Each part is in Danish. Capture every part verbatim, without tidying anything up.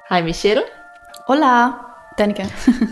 Hej Michelle. Hola, Danika.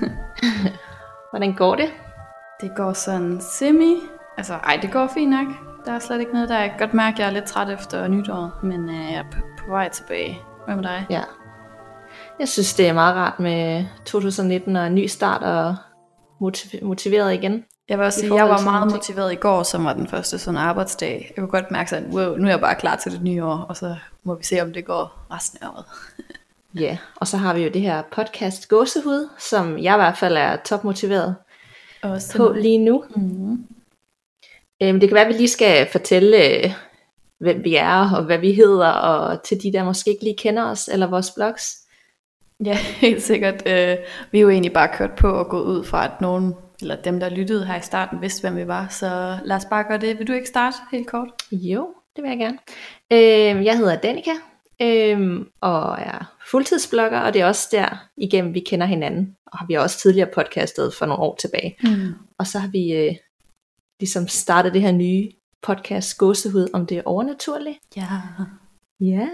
Hvordan går det? Det går sådan semi. Altså, ej, det går fint nok. Der er slet ikke noget der. Jeg kan godt mærke, at jeg er lidt træt efter nytåret, men øh, jeg er på, på vej tilbage. Hvad med dig? Ja. Jeg synes, det er meget rart med to tusind nitten og en ny start og motiv- motiveret igen. Jeg vil også sige, jeg var meget motiveret i går, som var den første sådan arbejdsdag. Jeg kunne godt mærke sådan, wow, nu er jeg bare klar til det nye år, og så må vi se, om det går resten af året. Ja, yeah. Og så har vi jo det her podcast Gåsehud, som jeg i hvert fald er topmotiveret også på lige nu. Mm-hmm. Øhm, det kan være, at vi lige skal fortælle, øh, hvem vi er, og hvad vi hedder, og til de, der måske ikke lige kender os, eller vores blogs. Ja, helt sikkert. Øh, vi er jo egentlig bare kørt på og gået ud fra, at nogen, eller dem, der lyttede her i starten, vidste, hvem vi var. Så lad os bare gøre det. Vil du ikke starte helt kort? Jo, det vil jeg gerne. Øh, jeg hedder Danika. Øhm, og er fuldtidsblogger, og det er også der igennem vi kender hinanden, og har vi også tidligere podcastet for nogle år tilbage. Mm. Og så har vi øh, ligesom startet det her nye podcast Gåsehud om det overnaturlige. Ja. Ja.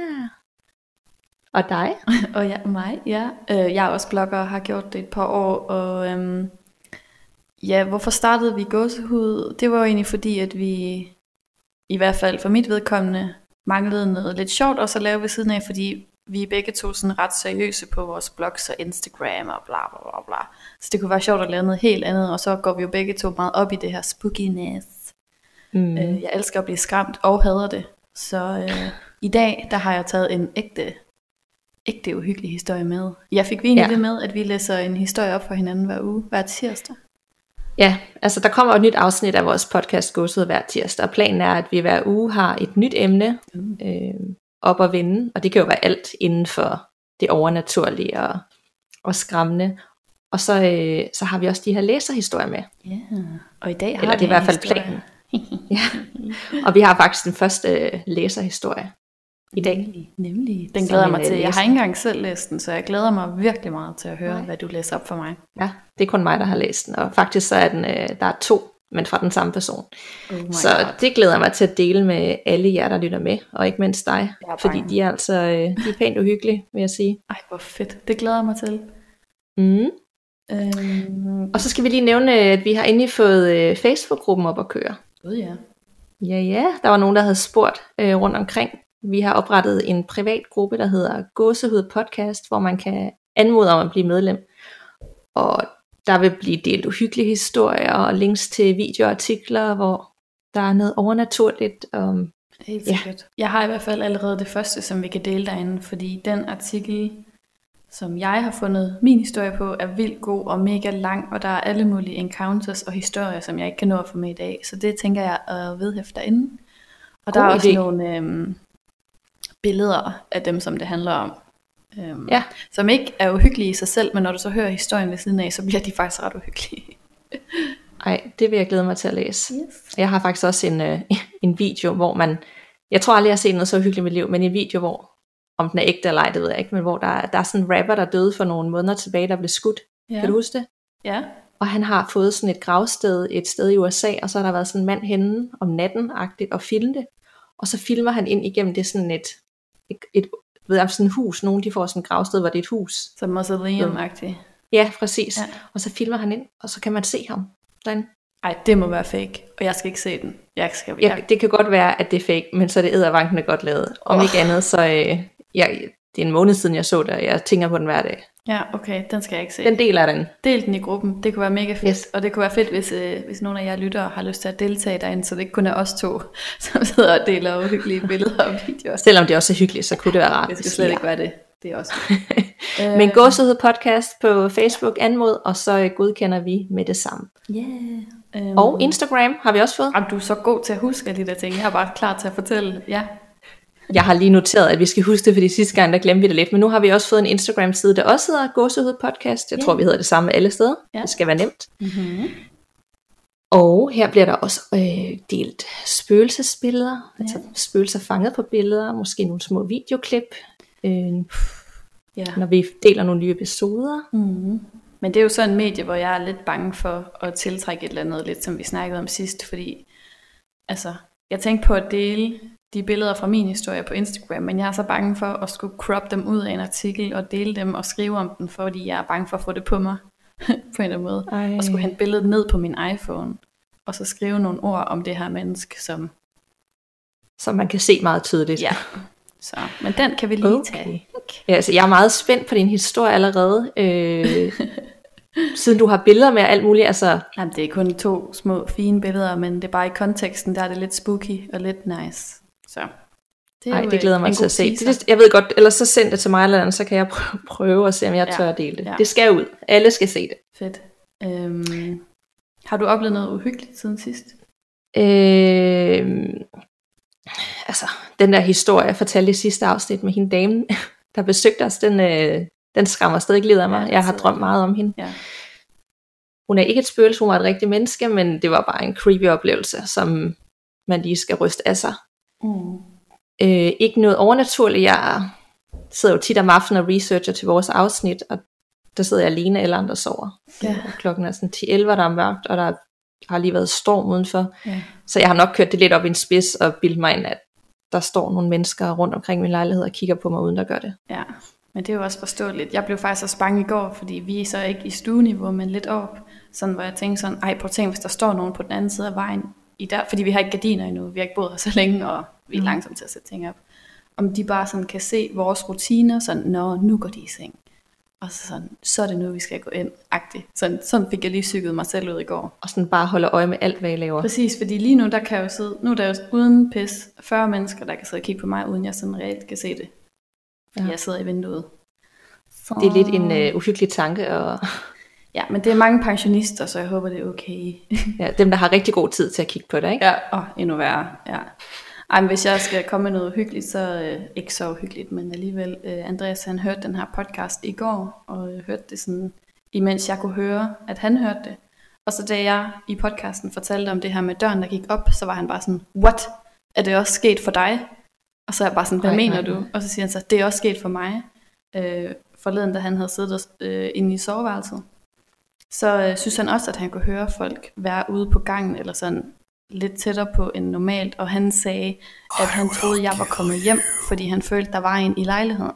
Og dig? Og ja, mig, ja. Øh, jeg er også blogger og har gjort det et par år, og øhm, ja, hvorfor startede vi Gåsehud? Det var jo egentlig fordi, at vi, i hvert fald for mit vedkommende, manglede noget lidt sjovt også at lave ved siden af, fordi vi er begge to sådan ret seriøse på vores blogs og Instagram og bla bla bla bla. Så det kunne være sjovt at lave noget helt andet, og så går vi jo begge to meget op i det her spookiness. Mm. Øh, jeg elsker at blive skræmt og hader det. Så øh, i dag, der har jeg taget en ægte, ægte uhyggelig historie med. Jeg fik vi egentlig ja. det med, at vi læser en historie op for hinanden hver uge, hver tirsdag. Ja, altså der kommer et nyt afsnit af vores podcast Gåsehud hver tirsdag, og planen er, at vi hver uge har et nyt emne mm. øh, op at vinde, og det kan jo være alt inden for det overnaturlige og, og skræmmende. Og så, øh, så har vi også de her læserhistorier med. Ja, yeah. Og i dag har Eller det er i hvert fald planen. Ja. Og vi har faktisk den første øh, læserhistorie i dag. Nemlig, nemlig. Den glæder jeg mig til. Jeg har ikke engang selv læst den, så jeg glæder mig virkelig meget til at høre, Nej. hvad du læser op for mig. Ja, det er kun mig, der har læst den. Og faktisk så er den, øh, der er to, men fra den samme person. Oh så God. Det glæder jeg mig til at dele med alle jer, der lytter med. Og ikke mindst dig. Fordi de er altså øh, de er pænt uhyggelige, vil jeg sige. Ej, hvor fedt. Det glæder jeg mig til. Mm. Øhm. Og så skal vi lige nævne, at vi har endelig fået øh, Facebook-gruppen op at køre. Gud ja. Ja, ja. Der var nogen, der havde spurgt øh, rundt omkring. Vi har oprettet en privat gruppe, der hedder Gåsehud Podcast, hvor man kan anmode om at blive medlem. Og der vil blive delt uhyggelige historier og links til videoartikler, hvor der er noget overnaturligt. Um, Helt sikkert. Ja. Jeg har i hvert fald allerede det første, som vi kan dele derinde, fordi den artikel, som jeg har fundet min historie på, er vildt god og mega lang, og der er alle mulige encounters og historier, som jeg ikke kan nå at få med i dag. Så det tænker jeg at vedhæfte derinde. Og god der er også idé. nogle øhm, billeder af dem, som det handler om. Øhm, ja. Som ikke er uhyggelige i sig selv, men når du så hører historien ved siden af, så bliver de faktisk ret uhyggelige. Ej, det vil jeg glæde mig til at læse. Yes. Jeg har faktisk også en, øh, en video, hvor man, jeg tror aldrig jeg har set noget så uhyggeligt i mit liv, men en video, hvor, om den er ægte eller ej, det ved jeg ikke, men hvor der, der er sådan en rapper, der døde for nogle måneder tilbage, der blev skudt. Ja. Kan du huske det? Ja. Og han har fået sådan et gravsted et sted i U S A, og så har der været sådan en mand henne om natten-agtigt og filme det. Og så filmer han ind igennem det sådan et, et, et ved jeg, sådan et hus. Nogle de får sådan et gravsted, hvor det er et hus. Som mausoleum-agtigt. Ja, præcis. Ja. Og så filmer han ind, og så kan man se ham derinde. Ej, det må være fake, og jeg skal ikke se den. Jeg skal, jeg... Ja, det kan godt være, at det er fake, men så er det eddervankende godt lavet. Om oh. ikke andet, så øh, jeg, det er en måned siden, jeg så det, og jeg tænker på den hver dag. Ja, okay, den skal jeg ikke se. Den deler den. Del den i gruppen, det kunne være mega fedt. Yes. Og det kunne være fedt, hvis, øh, hvis nogen af jer lyttere har lyst til at deltage derinde, så det ikke kun er os to, som sidder og deler uhyggelige billeder og videoer. Selvom det også er hyggeligt, så kunne det være rart. Det skal slet ja. ikke være det. Det er også Men Gåsehud Podcast på Facebook anmod, og så godkender vi med det samme. Yeah. Um, og Instagram har vi også fået. Jamen, du er så god til at huske alle de der ting. Jeg er bare klar til at fortælle. Ja. Jeg har lige noteret, at vi skal huske det, fordi sidste gang der glemte vi det lidt. Men nu har vi også fået en Instagram-side, der også hedder Gåsehud Podcast. Jeg yeah. tror, vi hedder det samme alle steder. Yeah. Det skal være nemt. Mm-hmm. Og her bliver der også øh, delt spøgelsesbilleder. Yeah. Altså spøgelser fanget på billeder. Måske nogle små videoklip. Øh, yeah. Når vi deler nogle nye episoder. Mm-hmm. Men det er jo sådan en medie, hvor jeg er lidt bange for at tiltrække et eller andet, lidt som vi snakkede om sidst. Fordi altså, jeg tænkte på at dele de billeder fra min historie på Instagram, men jeg er så bange for at skulle crop dem ud af en artikel og dele dem og skrive om den, fordi jeg er bange for at få det på mig på en eller anden måde. Ej. Og skulle hente billedet ned på min iPhone, og så skrive nogle ord om det her menneske, som... Som man kan se meget tydeligt. Ja, så, men den kan vi lige okay. tage. Okay. Ja, altså, jeg er meget spændt på din historie allerede. Øh, siden du har billeder med alt muligt. Altså... Jamen, det er kun to små fine billeder, men det er bare i konteksten, der er det lidt spooky og lidt nice. Så det, Ej, det glæder mig til at se. Det, jeg ved godt, ellers så send det til mig eller andet, så kan jeg prøve, prøve at se, om jeg tør ja, at dele det. Ja. Det skal ud. Alle skal se det. Fedt. Øhm, har du oplevet noget uhyggeligt siden sidst? Øh, altså, den der historie, jeg fortalte i sidste afsnit med hende dame, der besøgte os, den, øh, den skræmmer stadig lidt af mig. Ja, jeg har drømt meget om hende. Ja. Hun er ikke et spøgelse, hun var et rigtigt menneske, men det var bare en creepy oplevelse, som man lige skal ryste af sig. Mm. Øh, ikke noget overnaturligt. Jeg sidder jo tit om aftenen og researcher til vores afsnit, og der sidder jeg alene, eller andre sover. Ja. Klokken er sådan ti elleve, der er mørkt, og der har lige været storm udenfor. Ja. Så jeg har nok kørt det lidt op i en spids, og bildt mig ind, at der står nogle mennesker rundt omkring min lejlighed, og kigger på mig, uden der gør det. Ja, men det er jo også forståeligt. Jeg blev faktisk også bange i går, fordi vi er så ikke i stueniveau, men lidt op. Sådan, hvor jeg tænkte sådan, ej, prøv at tænke, hvis der står nogen på den anden side af vejen, i der, fordi vi har ikke gardiner endnu, vi har ikke boet her så længe, og vi er langsomt til at sætte ting op. Om de bare sådan kan se vores rutiner, sådan, nå, nu går de i seng. Og så sådan, så er det nu, vi skal gå ind, agtigt. Sådan, sådan fik jeg lige cyklet mig selv ud i går. Og sådan bare holde øje med alt, hvad jeg laver. Præcis, fordi lige nu, der kan jeg jo sidde, nu er der jo uden pis, fyrre mennesker, der kan sidde og kigge på mig, uden jeg sådan reelt kan se det. Fordi ja. Jeg sidder i vinduet. Så... Det er lidt en uh, uhyggelig tanke. Og... Ja, men det er mange pensionister, så jeg håber, det er okay. Ja, dem, der har rigtig god tid til at kigge på det, ikke? Ja, og endnu værre, ja. Ej, men hvis jeg skal komme med noget hyggeligt, så øh, ikke så hyggeligt, men alligevel. Øh, Andreas, han hørte den her podcast i går, og øh, hørte det sådan, imens jeg kunne høre, at han hørte det. Og så da jeg i podcasten fortalte om det her med døren, der gik op, så var han bare sådan, what? Er det også sket for dig? Og så er jeg bare sådan, hvad ej, mener ej, du? Og så siger han så, det er også sket for mig. Øh, forleden, da han havde siddet øh, inde i soveværelset, så øh, synes han også, at han kunne høre folk være ude på gangen, eller sådan lidt tættere på end normalt, og han sagde, at han troede, jeg var kommet hjem, fordi han følte, der var en i lejligheden.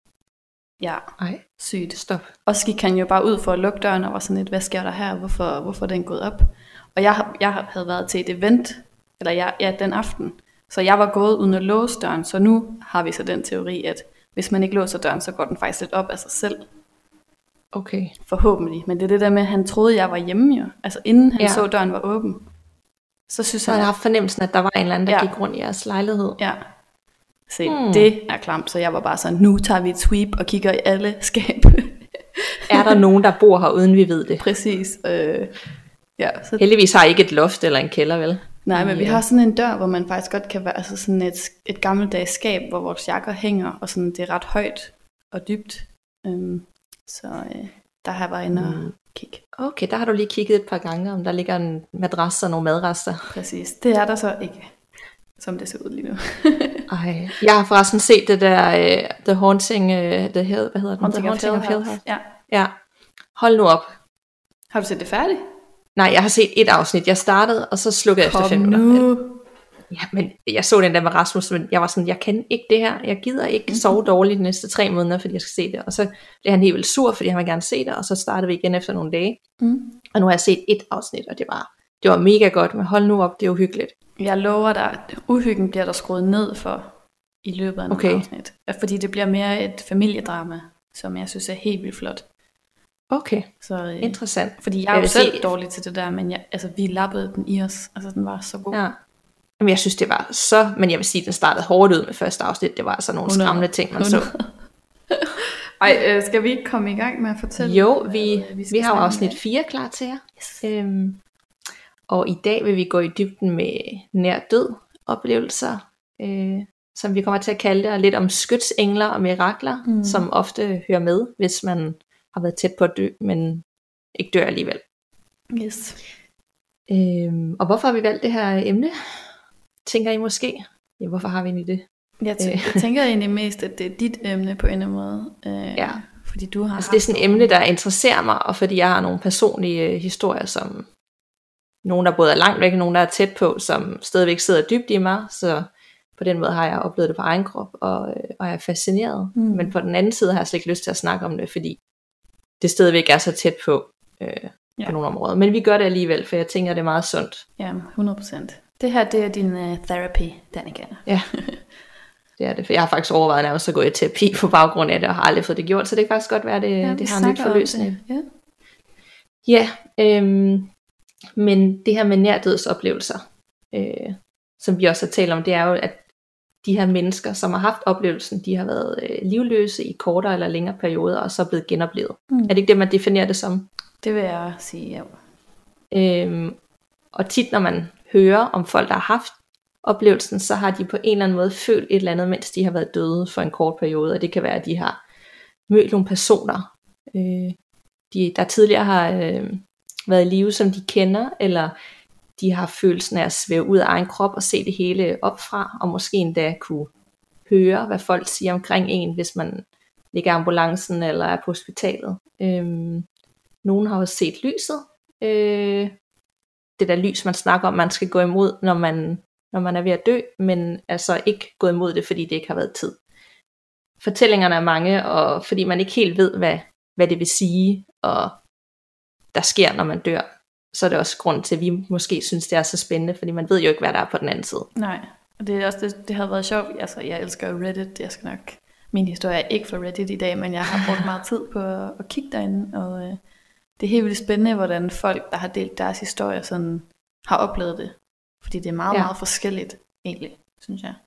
Ja, ej, sygt. Stop. Og så gik han jo bare ud for at lukke døren, og var sådan lidt, hvad sker der her? Hvorfor, hvorfor er den gået op? Og jeg, jeg havde været til et event, eller jeg, ja, den aften, så jeg var gået uden at låse døren, så nu har vi så den teori, at hvis man ikke låser døren, så går den faktisk lidt op af sig selv. Okay. Forhåbentlig, men det er det der med, at han troede, jeg var hjemme jo. Altså inden han ja. så døren var åben. Så synes så han, han har fornemmelsen, at der var en eller anden, der ja. gik rundt i jeres lejlighed. Ja. Se, hmm. det er klamt, så jeg var bare sådan, nu tager vi et sweep og kigger i alle skab. Er der nogen, der bor her, uden vi ved det? Præcis. Øh, ja, så... Heldigvis har I ikke et loft eller en kælder, vel? Nej, men ja. Vi har sådan en dør, hvor man faktisk godt kan være, altså sådan et, et gammeldags skab, hvor vores jakker hænger, og sådan det er ret højt og dybt. Um, så øh, der har jeg været inde og mm. kigge. Okay, der har du lige kigget et par gange, om der ligger en madras og nogle madrester. Præcis, det er der så ikke, som det ser ud lige nu. Ej, jeg har forresten set det der, uh, The Haunting, uh, the Hill, hvad hedder den? Haunting, The Haunting of Hill House. Ja. Ja, hold nu op. Har du set det færdigt? Nej, jeg har set et afsnit. Jeg startede, og så slukkede jeg efter fem minutter. Ja, men jeg så den der med Rasmus, men jeg var sådan, jeg kan ikke det her. Jeg gider ikke sove dårligt de næste tre måneder, fordi jeg skal se det. Og så blev han helt vildt sur, fordi han ville gerne se det, og så startede vi igen efter nogle dage. Mm. Og nu har jeg set et afsnit, og det var, det var mega godt, men hold nu op, det er uhyggeligt. Jeg lover dig, at uhyggen bliver der skruet ned for i løbet af nogle okay. afsnit. Fordi det bliver mere et familiedrama, som jeg synes er helt vildt flot. Okay, så, øh, interessant. Fordi jeg er jo selv sige... dårlig til det der, men jeg, altså, vi lappede den i os. Altså den var så god. Ja. Jamen, jeg synes det var så, men jeg vil sige, den startede hårdt ud med første afsnit. Det var altså nogle skræmmende ting, man så. Ej, øh, skal vi ikke komme i gang med at fortælle? Jo, vi, vi, vi har jo afsnit fire klar til jer. Yes. Øhm, og i dag vil vi gå i dybden med nær død oplevelser, øh, som vi kommer til at kalde det, og lidt om skytsengler og mirakler, mm. som ofte hører med, hvis man har været tæt på at dø, men ikke dør alligevel. Yes. Øhm, og hvorfor har vi valgt det her emne? Tænker I måske? Ja, hvorfor har vi egentlig det? Jeg, tænker, jeg tænker egentlig mest, at det er dit emne på en eller anden måde. Øh, ja. Fordi du har altså det er sådan et emne, der interesserer mig, og fordi jeg har nogle personlige historier, som nogen, der både er langt væk, og nogen, der er tæt på, som stadigvæk sidder dybt i mig. Så på den måde har jeg oplevet det på egen krop, og, øh, og jeg er fascineret. Mm. Men på den anden side har jeg slet ikke lyst til at snakke om det, fordi det stadigvæk er så tæt på, øh, ja. på nogle områder. Men vi gør det alligevel, for jeg tænker, det er meget sundt. Ja, hundrede procent. Det her, det er din uh, therapy, Danika. Ja, det er det. For jeg har faktisk overvejet nærmest at gå i terapi på baggrund af det, og har aldrig fået det gjort, så det kan faktisk godt være, det, ja, det har en lidt forløsende. Ja, ja øhm, men det her med nærdødsoplevelser, øh, som vi også har talt om, det er jo, at de her mennesker, som har haft oplevelsen, de har været øh, livløse i kortere eller længere perioder, og så er blevet genoplevet. Mm. Er det ikke det, man definerer det som? Det vil jeg sige, ja. Øhm, og tit, når man hører om folk, der har haft oplevelsen, så har de på en eller anden måde følt et eller andet, mens de har været døde for en kort periode, og det kan være, at de har mødt nogle personer, øh, de, der tidligere har øh, været i live, som de kender, eller de har følelsen af at svæve ud af egen krop og se det hele opfra, og måske endda kunne høre, hvad folk siger omkring en, hvis man ligger i ambulancen eller er på hospitalet. Øhm, nogen har også set lyset. Øh, det der lys, man snakker om, man skal gå imod, når man, når man er ved at dø, men altså ikke gå imod det, fordi det ikke har været tid. Fortællingerne er mange, og fordi man ikke helt ved, hvad, hvad det vil sige, og der sker, når man dør, så er det også grund til, at vi måske synes, det er så spændende, fordi man ved jo ikke, hvad der er på den anden side. Nej, og det er også det, det havde været sjovt. Altså, jeg elsker jo Reddit. Jeg skal nok, min historie er ikke for Reddit i dag, men jeg har brugt meget tid på at, at kigge derinde, og øh, det er helt vildt spændende, hvordan folk, der har delt deres historie, sådan, har oplevet det. Fordi det er meget, ja. meget forskelligt, egentlig, synes jeg.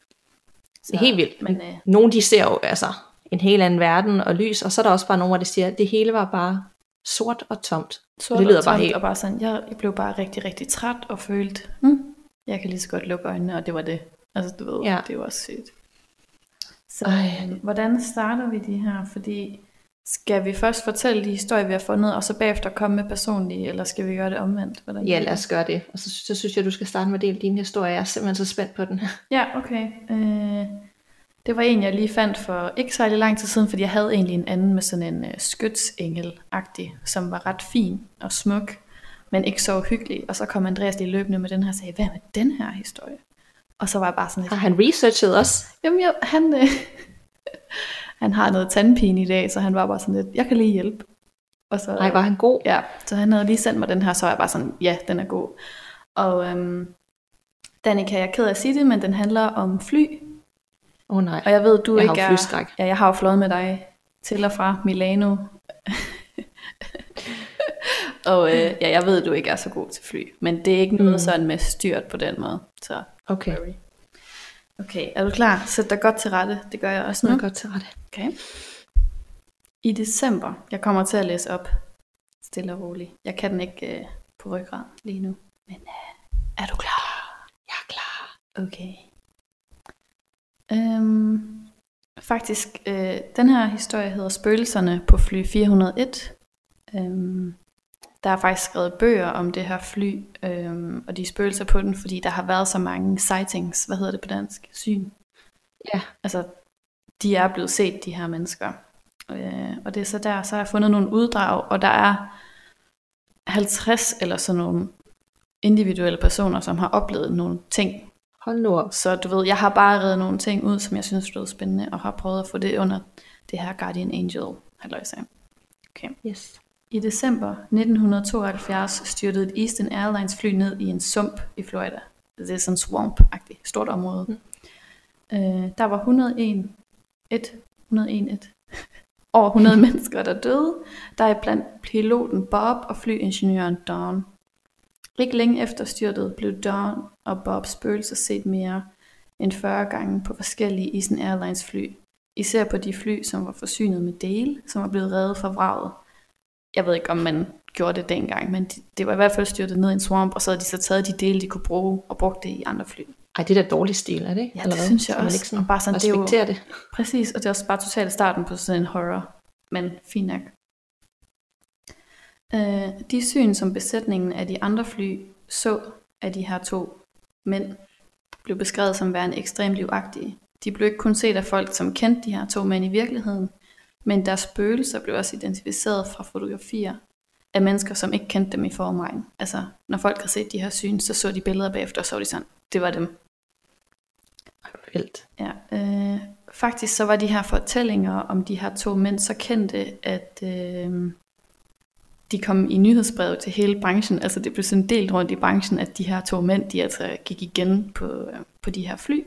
Så, det er helt vildt. Men, øh, nogle de ser jo altså en helt anden verden og lys, og så er der også bare nogle, der siger, at det hele var bare sort og tomt. Sort det lyder og bare tomt, helt... og bare sådan, jeg, jeg blev bare rigtig, rigtig træt og følte, hmm, jeg kan lige så godt lukke øjnene, og det var det. Altså du ved, ja. Det er jo også sygt. Så øh, hvordan starter vi de her? Fordi skal vi først fortælle de historier, vi har fundet, og så bagefter komme med personlige, eller skal vi gøre det omvendt? Hvordan ja, lad os gøre det. Og så, så synes jeg, du skal starte med at dele din historie. Jeg er simpelthen så spændt på den. Ja, okay. Øh, det var en, jeg lige fandt for ikke særlig lang tid siden, fordi jeg havde egentlig en anden med sådan en uh, skytsengel-agtig, som var ret fin og smuk, men ikke så hyggelig. Og så kom Andreas lige løbende med den her og sagde, hvad med den her historie? Og så var jeg bare sådan lidt... Har han researchet os? Jamen, jeg, han, øh, han har noget tandpine i dag, så han var bare sådan lidt, jeg kan lige hjælpe. Og så, Ej, var han god? Ja, så han havde lige sendt mig den her, så var jeg bare sådan, ja, den er god. Og øhm, Danika, jeg er ked af at sige det, men den handler om fly. Åh oh, nej, og jeg ved, du jeg ikke har er... Ja, jeg har jo fløjet med dig til og fra Milano. og øh, ja, jeg ved, du ikke er så god til fly. Men det er ikke noget mm. sådan med styrt på den måde. Så okay. Sorry. Okay, er du klar? Sæt dig godt til rette. Det gør jeg også nu. Jeg er godt til rette. Okay. I december, jeg kommer til at læse op stille og roligt. Jeg kan den ikke øh, på ryggrad lige nu. Men øh, er du klar? Jeg er klar. Okay. Øhm, faktisk, øh, den her historie hedder Spøgelserne på fly fire hundrede og et. Øhm, der er faktisk skrevet bøger om det her fly, øhm, og de spøgelser på den, fordi der har været så mange sightings, hvad hedder det på dansk? Syn. Ja. Altså, de er blevet set, de her mennesker. Øh, og det er så der, så har jeg fundet nogle uddrag, og der er halvtreds eller sådan nogle individuelle personer, som har oplevet nogle ting. Hold nu op. Så du ved, jeg har bare reddet nogle ting ud, som jeg synes er spændende, og har prøvet at få det under det her Guardian Angel halløjsa. Okay. Yes. I december nitten tooghalvfjerds styrtede et Eastern Airlines fly ned i en sump i Florida. Det er sådan en swamp-agtigt stort område. Mm. Øh, der var hundrede og en, et, hundrede og en, et, over hundrede mennesker, der døde. Der er blandt piloten Bob og flyingeniøren Don. Ikke længe efter styrtet blev Don og Bobs spøgelser set mere end fyrre gange på forskellige Eastern Airlines fly. Især på de fly, som var forsynet med dele, som var blevet reddet fra vraget. Jeg ved ikke, om man gjorde det dengang, men de, det var i hvert fald styrtet ned i en swamp, og så havde de så taget de dele, de kunne bruge, og brugt det i andre fly. Ej, det er da dårlig stil, er det ikke? Ja, det synes jeg også. Ikke sådan og bare sådan, det er jo, det. Præcis, og det er også bare totalt starten på sådan en horror, men fint nok. Øh, de syn, som besætningen af de andre fly så af de her to mænd, blev beskrevet som værende ekstremt livagtige. De blev ikke kun set af folk, som kendte de her to mænd i virkeligheden, men deres spøgelser blev også identificeret fra fotografier af mennesker, som ikke kendte dem i forvejen. Altså, når folk havde set de her syn, så så de billeder bagefter, og så var de sådan, det var dem. Vildt. Ja, øh, faktisk så var de her fortællinger om de her to mænd så kendte, at øh, de kom i nyhedsbrevet til hele branchen. Altså det blev sådan delt rundt i branchen, at de her to mænd, de altså gik igen på, øh, på de her fly.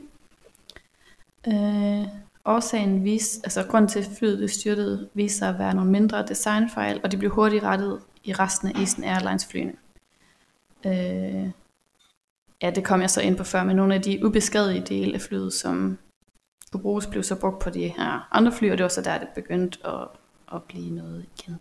Øh, årsagen viste, altså grund til at flyet det styrtede, viste sig at være nogle mindre designfejl, og de blev hurtigt rettet i resten af Eastern Airlines flyene. Øh, ja, det kom jeg så ind på før, men nogle af de ubeskadigede dele af flyet, som skulle bruges, blev så brugt på de her andre fly, og det var så der, det begyndte at, at blive noget igen.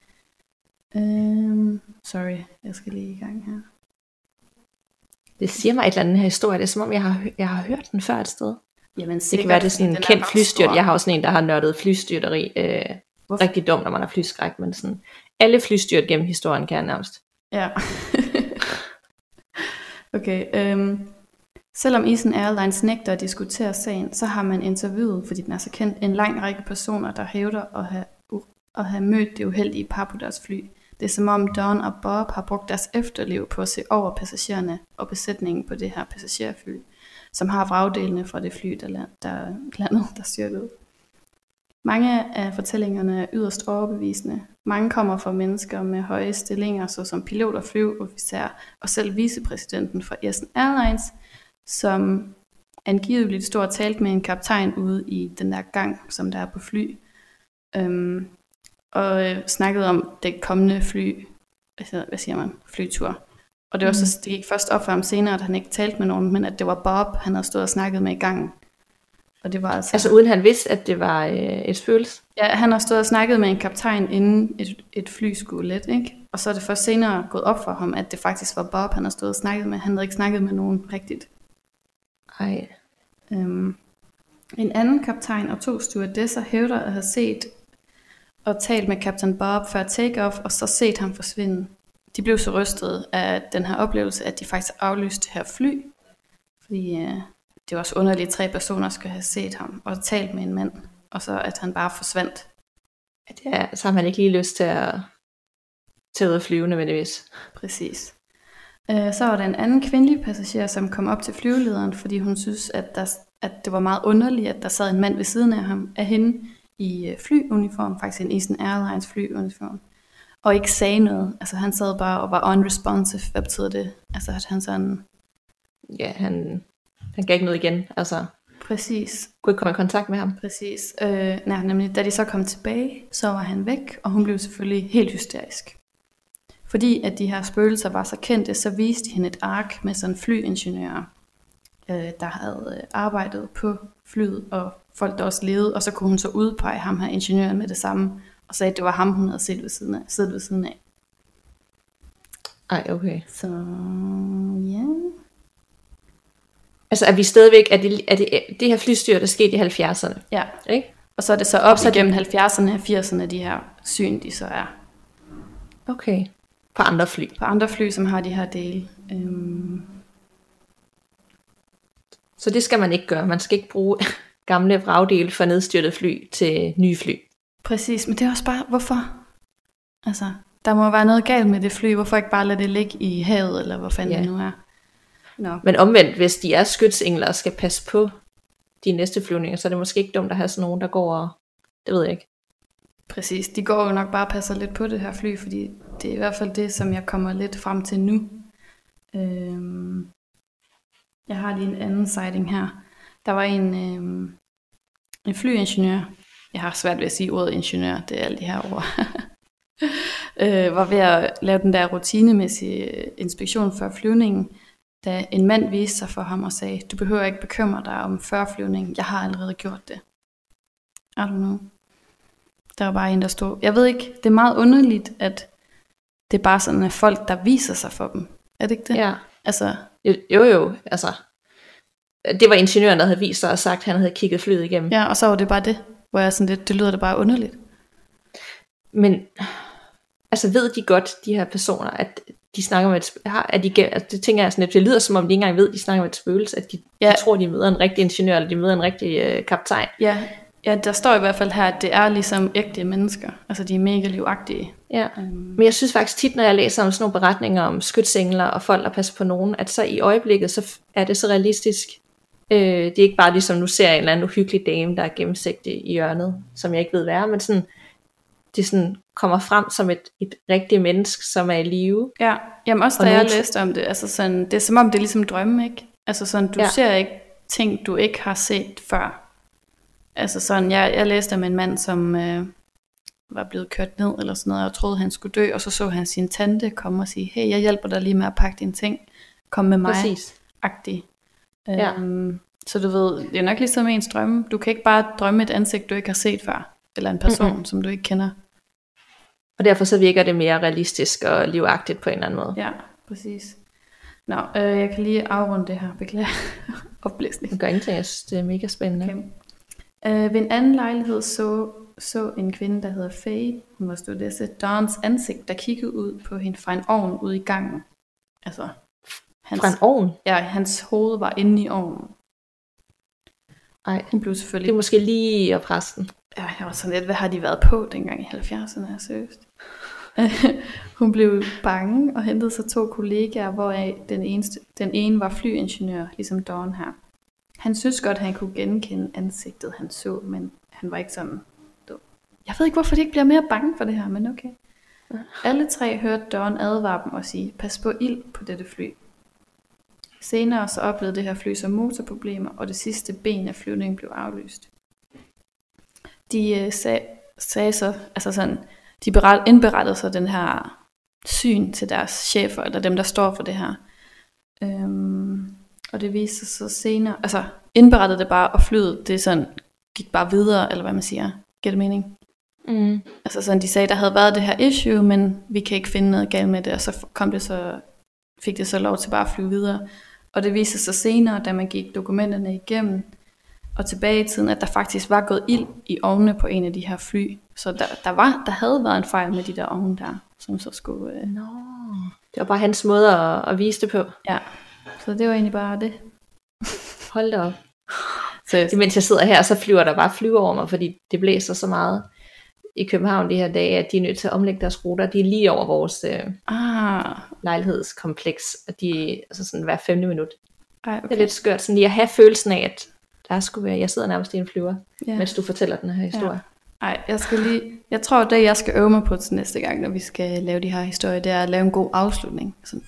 Øh, sorry, jeg skal lige i gang her. Det siger mig et eller andet her historie, det er som om jeg har, jeg har hørt den før et sted. Jamen, det kan være, det er sådan en kendt flystyrt. Jeg har også en, der har nørdet flystyrteri. Øh, rigtig dumt, når man har flyskræk, men sådan, alle flystyrt gennem historien kan jeg nærmest. Ja. Okay. Øhm, selvom Eastern Airlines nægter at diskutere sagen, så har man interviewet, fordi den er så kendt, en lang række personer, der hævder at have, at have mødt det uheldige par på deres fly. Det er som om Dawn og Bob har brugt deres efterliv på at se over passagererne og besætningen på det her passagerfly, som har vragdelene fra det fly, der, der landet, der styrtede. Mange af fortællingerne er yderst overbevisende. Mange kommer fra mennesker med høje stillinger, såsom piloter, flyofficerer og selv vicepræsidenten for Eastern Airlines, som angiveligt stod og talte med en kaptajn ude i den der gang, som der er på fly, øhm, og øh, snakkede om det kommende fly, hvad siger man, flytur. Og det var så, det gik først op for ham senere, at han ikke talte med nogen, men at det var Bob, han havde stået og snakket med i gangen. Og det var altså, altså uden han vidste, at det var øh, et spøgelse? Ja, han har stået og snakket med en kaptajn, inden et, et fly skulle let, ikke? Og så er det først senere gået op for ham, at det faktisk var Bob, han har stået og snakket med. Han havde ikke snakket med nogen rigtigt. Ej. Øhm, en anden kaptajn og to stewardesser hævder at have set og talt med kaptajn Bob før take-off, og så set ham forsvinde. De blev så rystet af den her oplevelse, at de faktisk aflyste det her fly, fordi øh, det var også underligt, at tre personer skulle have set ham og talt med en mand, og så at han bare forsvandt. Ja, så har man ikke lige lyst til at tage ud og flyve nødvendigvis. Præcis. Øh, så var der en anden kvindelig passager, som kom op til flyvelederen, fordi hun synes, at, der, at det var meget underligt, at der sad en mand ved siden af ham, af hende i flyuniform, faktisk en Eastern Airlines flyuniform, og ikke sagde noget. Altså han sad bare og var unresponsive. Hvad betyder det? Altså at han sådan... Ja, han, han gav ikke noget igen. Altså, præcis. Kunne ikke komme i kontakt med ham. Præcis. Øh, nej, nemlig da de så kom tilbage, så var han væk, og hun blev selvfølgelig helt hysterisk. Fordi at de her spøgelser var så kendte, så viste de hende et ark med sådan flyingeniører, øh, der havde arbejdet på flyet, og folk der også levede, og så kunne hun så udpege ham her ingeniøren med det samme, og sagde, at det var ham, hun havde siddet ved siden af. Siddet ved siden af. Ej, okay. Så, ja. Altså, er vi stadigvæk, er det, er det, det her flystyr, der skete i halvfjerdserne? Ja. Ikke? Og så er det så op så igennem halvfjerdserne og firserne, de her syn, de så er. Okay. På andre fly? På andre fly, som har de her dele. Øhm. Så det skal man ikke gøre. Man skal ikke bruge gamle vragdele fra nedstyrtet fly til nye fly. Præcis, men det er også bare, hvorfor? Altså, der må være noget galt med det fly. Hvorfor ikke bare lade det ligge i havet, eller hvor fanden ja. det nu er? No. Men omvendt, hvis de er skytsengler og skal passe på de næste flyvninger, så er det måske ikke dumt at have sådan nogen, der går og... Det ved jeg ikke. Præcis, de går jo nok bare og passer lidt på det her fly, fordi det er i hvert fald det, som jeg kommer lidt frem til nu. Øhm, jeg har lige en anden sighting her. Der var en, øhm, en flyingeniør, jeg har svært ved at sige ordet ingeniør, det er alle de her ord, øh, var ved at lave den der rutinemæssige inspektion før flyvningen, da en mand viste sig for ham og sagde, du behøver ikke bekymre dig om førflyvningen, jeg har allerede gjort det. I don't know. Der var bare en, der stod. Jeg ved ikke, det er meget underligt, at det er bare sådan, at folk, der viser sig for dem. Er det ikke det? Ja. Altså. Jo, jo, altså. Det var ingeniøren, der havde vist sig og sagt, at han havde kigget flyet igennem. Ja, og så var det bare det, hvor jeg sådan lidt, det lyder da bare underligt. Men, altså ved de godt, de her personer, at de snakker med et spøgelse, at de, altså, det tænker jeg sådan lidt, det lyder som om, de ikke engang ved, at de snakker med et spøgelse, at de, ja. de tror, de møder en rigtig ingeniør, eller de møder en rigtig øh, kaptajn. Ja, ja, der står i hvert fald her, at det er ligesom ægte mennesker, altså de er mega livagtige. Ja, um. men jeg synes faktisk tit, når jeg læser om sådan nogle beretninger om skytsengler og folk, der passer på nogen, at så i øjeblikket, så er det så realistisk, Øh, det er ikke bare ligesom, nu ser jeg en eller anden uhyggelig dame, der er gennemsigtig i hjørnet, som jeg ikke ved hvad er, men sådan, det sådan kommer frem som et, et rigtigt menneske, som er i live. Ja, jamen også da jeg læste om det, altså sådan, det er som om det er ligesom drømme, ikke? Altså sådan, du ja. ser ikke ting, du ikke har set før. Altså sådan, jeg, jeg læste om en mand, som øh, var blevet kørt ned eller sådan noget, og troede, han skulle dø, og så så han sin tante komme og sige, hey, jeg hjælper dig lige med at pakke dine ting, kom med mig, agtig. Ja. Øhm, så du ved, det er nok ligesom ens drømme. Du kan ikke bare drømme et ansigt, du ikke har set før, eller en person, mm-hmm. som du ikke kender. Og derfor så virker det mere realistisk og livagtigt på en eller anden måde. Ja, præcis. Nå, øh, jeg kan lige afrunde det her, beklager oplæsning. Det gør ingenting, jeg synes, det er mega spændende. Okay. Øh, ved en anden lejlighed så, så en kvinde, der hedder Faye, hun var stewardesse, Dawns ansigt, der kiggede ud på hende fra en ovn ude i gangen. Altså, hans, fra en ovn? Ja, hans hoved var inde i ovnen. Ej, hun blev selvfølgelig... det er måske lige op resten. Ja, jeg var sådan lidt, hvad har de været på dengang i halvfjerdserne, seriøst. Hun blev bange og hentede sig to kollegaer, hvoraf den, eneste, den ene var flyingeniør, ligesom Dawn her. Han synes godt, han kunne genkende ansigtet, han så, men han var ikke sådan... Jeg ved ikke, hvorfor de ikke bliver mere bange for det her, men okay. Alle tre hørte Dawn advare dem og sige, pas på ild på dette fly. Senere så oplevede det her fly så motorproblemer, og det sidste ben af flyvningen blev aflyst. De øh, sag, sagde så, altså sådan, de beret, indberettede så den her syn til deres chefer, eller dem, der står for det her. Øhm, og det viste sig så senere, altså indberettede det bare, og flyet, det sådan, gik bare videre, eller hvad man siger. Giver det mening? Mm. Altså sådan, de sagde, der havde været det her issue, men vi kan ikke finde noget galt med det, og så kom det så, fik det så lov til bare at flyve videre. Og det viste sig senere, da man gik dokumenterne igennem, og tilbage i tiden, at der faktisk var gået ild i ovnene på en af de her fly. Så der, der, var, der havde været en fejl med de der ovne der, som så skulle... Øh... Nå, det var bare hans måde at, at vise det på. Ja, så det var egentlig bare det. Hold da op. Så mens jeg sidder her, så flyver der bare flyver over mig, fordi det blæser så meget i København de her dage, at de er nødt til at omlægge deres ruter. De er lige over vores øh, ah. lejlighedskompleks, og de er altså sådan hver femte minut. Ej, okay. Det er lidt skørt, sådan lige at have følelsen af, at der skulle være, jeg sidder nærmest i en flyver, yeah. mens du fortæller den her historie. Nej, ja. jeg skal lige, jeg tror det jeg skal øve mig på til næste gang, når vi skal lave de her historier, det er at lave en god afslutning. Sådan,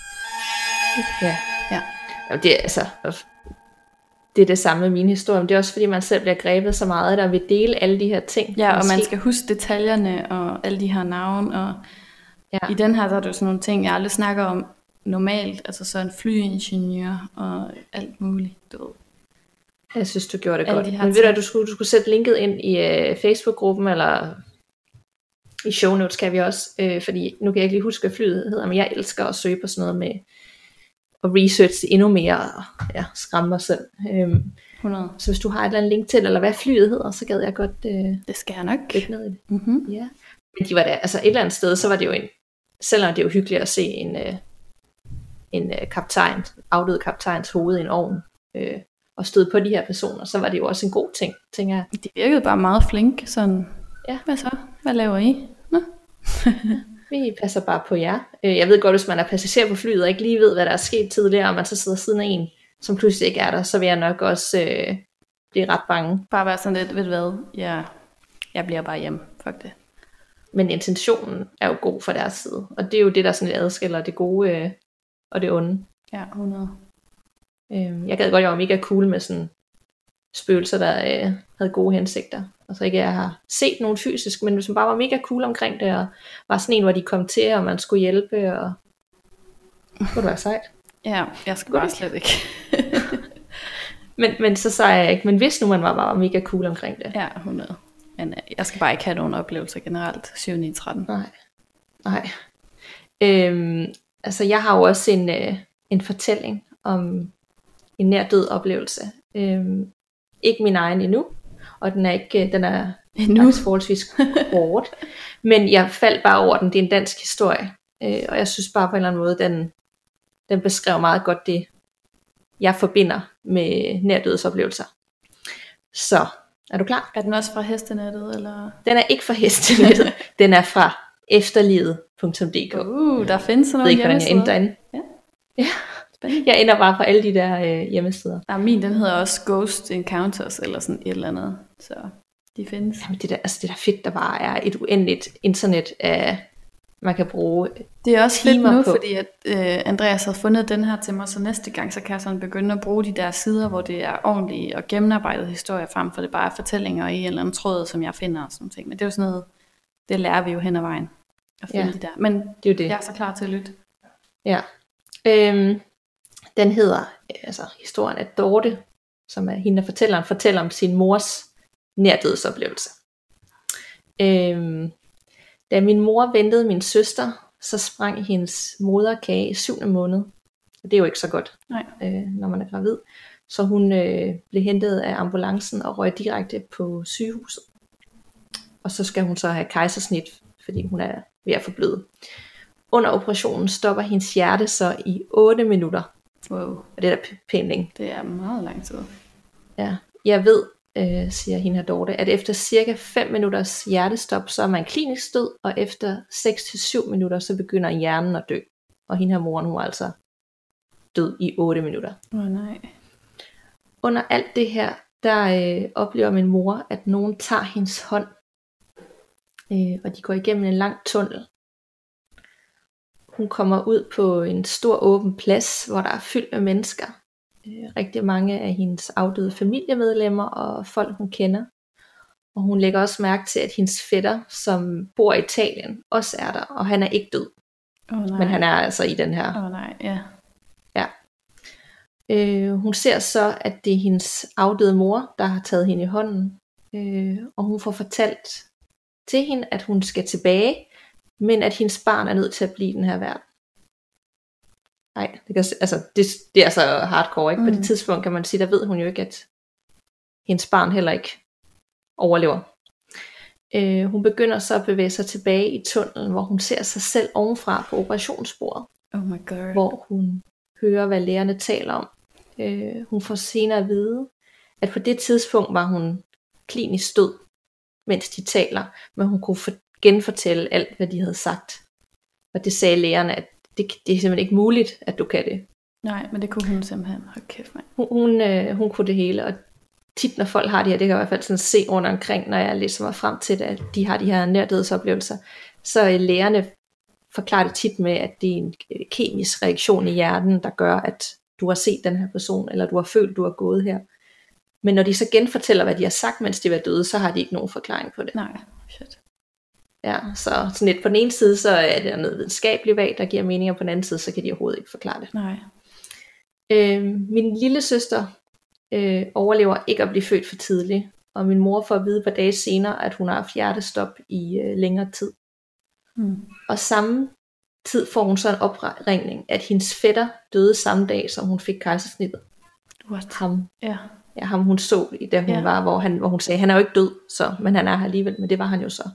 ja. Ja. Jamen, det er altså, det er det samme med mine historier, men det er også fordi man selv bliver grebet så meget af det, og vil dele alle de her ting. Ja, og man skal huske detaljerne og alle de her navne, og ja. I den her der er det jo sådan nogle ting, jeg aldrig snakker om normalt, altså så en flyingeniør og alt muligt, du ved. Jeg synes, du gjorde det alle godt. Men ved du, at du skulle, du skulle sætte linket ind i uh, Facebook-gruppen, eller i show notes kan vi også, øh, fordi nu kan jeg ikke lige huske, hvad flyet hedder, men jeg elsker at søge på sådan noget med at researche endnu mere, og ja, skræmme mig selv. Øhm, hundrede. Så hvis du har et eller andet link til, eller hvad flyet hedder, så gad jeg godt øh, det skal jeg nok dykke ned i det. Mm-hmm. Ja. Men de var der, altså et eller andet sted, så var det jo en, selvom det er jo hyggeligt at se en, øh, en øh, kaptajn, afdød kaptajns hoved i en ovn, øh, og støde på de her personer, så var det jo også en god ting, tænker jeg. De virkede bare meget flink, sådan, ja. Hvad så? Hvad laver I? Nå? Vi passer bare på jer. Jeg ved godt, hvis man er passager på flyet, og ikke lige ved, hvad der er sket tidligere, og man så sidder siden af en, som pludselig ikke er der, så vil jeg nok også øh, blive ret bange. Bare være sådan lidt, ved du hvad, ja, jeg bliver bare hjemme, fuck det. Men intentionen er jo god fra deres side, og det er jo det, der sådan lidt adskiller det gode øh, og det onde. Ja, hundrede. Øh, jeg gad godt, jeg var mega cool med sådan spøgelser, der øh, havde gode hensigter. Altså ikke, jeg har set nogen fysisk, men hvis man bare var mega cool omkring det, og var sådan en, hvor de kom til, og man skulle hjælpe, og det kunne være sejt. Ja, jeg skal bare slet ikke. men, men så sagde jeg ikke, men hvis nu man var bare mega cool omkring det. Ja, hundrede. Men øh, jeg skal bare ikke have nogen oplevelser generelt, syv ni tretten. Nej, nej. Øhm, altså jeg har jo også en, øh, en fortælling om en nær død oplevelse. Øhm, ikke min egen endnu, og den er ikke, den er faktisk forholdsvis kort, men jeg faldt bare over den. Det er en dansk historie, øh, og jeg synes bare på en eller anden måde, den, den beskrev meget godt det, jeg forbinder med nærdødsoplevelser. Så, er du klar? Er den også fra hestenettet, eller? Den er ikke fra hestenettet, den er fra efterlivet punktum d k. Uh, der findes sådan noget. Jeg ved ikke, hvordan jeg endte derinde. Ja. Ja. Jeg ender bare på alle de der øh, hjemmesider. Ja, min den hedder også Ghost Encounters, eller sådan et eller andet. Så de findes. Jamen det der, altså det der fedt, der bare er et uendeligt internet af, man kan bruge Det er også fedt nu, på. fordi at, øh, Andreas har fundet den her til mig, så næste gang, så kan jeg sådan begynde at bruge de der sider, hvor det er ordentlige og gennemarbejdet historier, frem for det bare er fortællinger i en eller anden tråd, som jeg finder og sådan ting. Men det er jo sådan noget, det lærer vi jo hen ad vejen at finde Ja, de der. Men det er jo det. jeg er så klar til at lytte. Ja. Øhm, den hedder, altså historien af Dorte, som er hende, der fortæller, fortæller om sin mors nærdødsoplevelse. Øhm, da min mor ventede min søster, så sprang hendes moderkage i syvende måned. Og det er jo ikke så godt, Nej. øh, når man er gravid. Så hun øh, blev hentet af ambulancen og røg direkte på sygehuset. Og så skal hun så have kejsersnit, fordi hun er ved at forbløde. Under operationen stopper hendes hjerte så i otte minutter. Wow. Og det er da p- pænt længe. Det er meget lang tid. Ja. Jeg ved, øh, siger hende her Dorte, at efter cirka fem minutters hjertestop, så er man klinisk død, og efter seks til syv minutter, så begynder hjernen at dø. Og hende her moren, hun er altså død i otte minutter. Åh oh, nej. Under alt det her, der øh, oplever min mor, at nogen tager hendes hånd, øh, og de går igennem en lang tunnel. Hun kommer ud på en stor åben plads, hvor der er fyldt med mennesker. Øh, rigtig mange af hendes afdøde familiemedlemmer og folk, hun kender. Og hun lægger også mærke til, at hendes fætter, som bor i Italien, også er der, og han er ikke død. Åh oh, nej. Men han er altså i den her. Åh oh, nej, ja. Ja. Øh, hun ser så, at det er hendes afdøde mor, der har taget hende i hånden. Øh, og hun får fortalt til hende, at hun skal tilbage, men at hendes barn er nødt til at blive i den her verden. Nej, det, kan, altså, det, det er så hardcore, ikke? Mm. På det tidspunkt kan man sige, der ved hun jo ikke, at hendes barn heller ikke overlever. Øh, hun begynder så at bevæge sig tilbage i tunnelen, hvor hun ser sig selv ovenfra på operationsbordet. Oh my god. Hvor hun hører, hvad lægerne taler om. Øh, hun får senere at vide, at på det tidspunkt var hun klinisk død, mens de taler, men hun kunne for, genfortælle alt, hvad de havde sagt. Og det sagde lægerne, at det, det er simpelthen ikke muligt, at du kan det. Nej, men det kunne hun simpelthen. Hold kæft, mand. Hun, hun, øh, hun kunne det hele, og tit når folk har det her, det kan jeg i hvert fald sådan se rundt omkring, når jeg læser mig frem til det, at de har de her nærdødsoplevelser, så øh, lægerne forklarer det tit med, at det er en kemisk reaktion i hjernen, der gør, at du har set den her person, eller du har følt, du har gået her. Men når de så genfortæller, hvad de har sagt, mens de var døde, så har de ikke nogen forklaring på det. Nej, shit. Ja, så sådan lidt på den ene side, så er det noget videnskabeligt valg, der giver mening, og på den anden side, så kan de overhovedet ikke forklare det. Nej. Øh, min lille søster øh, overlever ikke at blive født for tidligt, og min mor får at vide et par dage senere, at hun har haft hjertestop i øh, længere tid. Hmm. Og samme tid får hun så en opringning, at hendes fætter døde samme dag, som hun fik kejsersnittet. What? Ham, Ja. ja, ham hun så i da hun Ja. var, hvor, han, hvor hun sagde, han er jo ikke død, så, men han er her alligevel, men det var han jo så.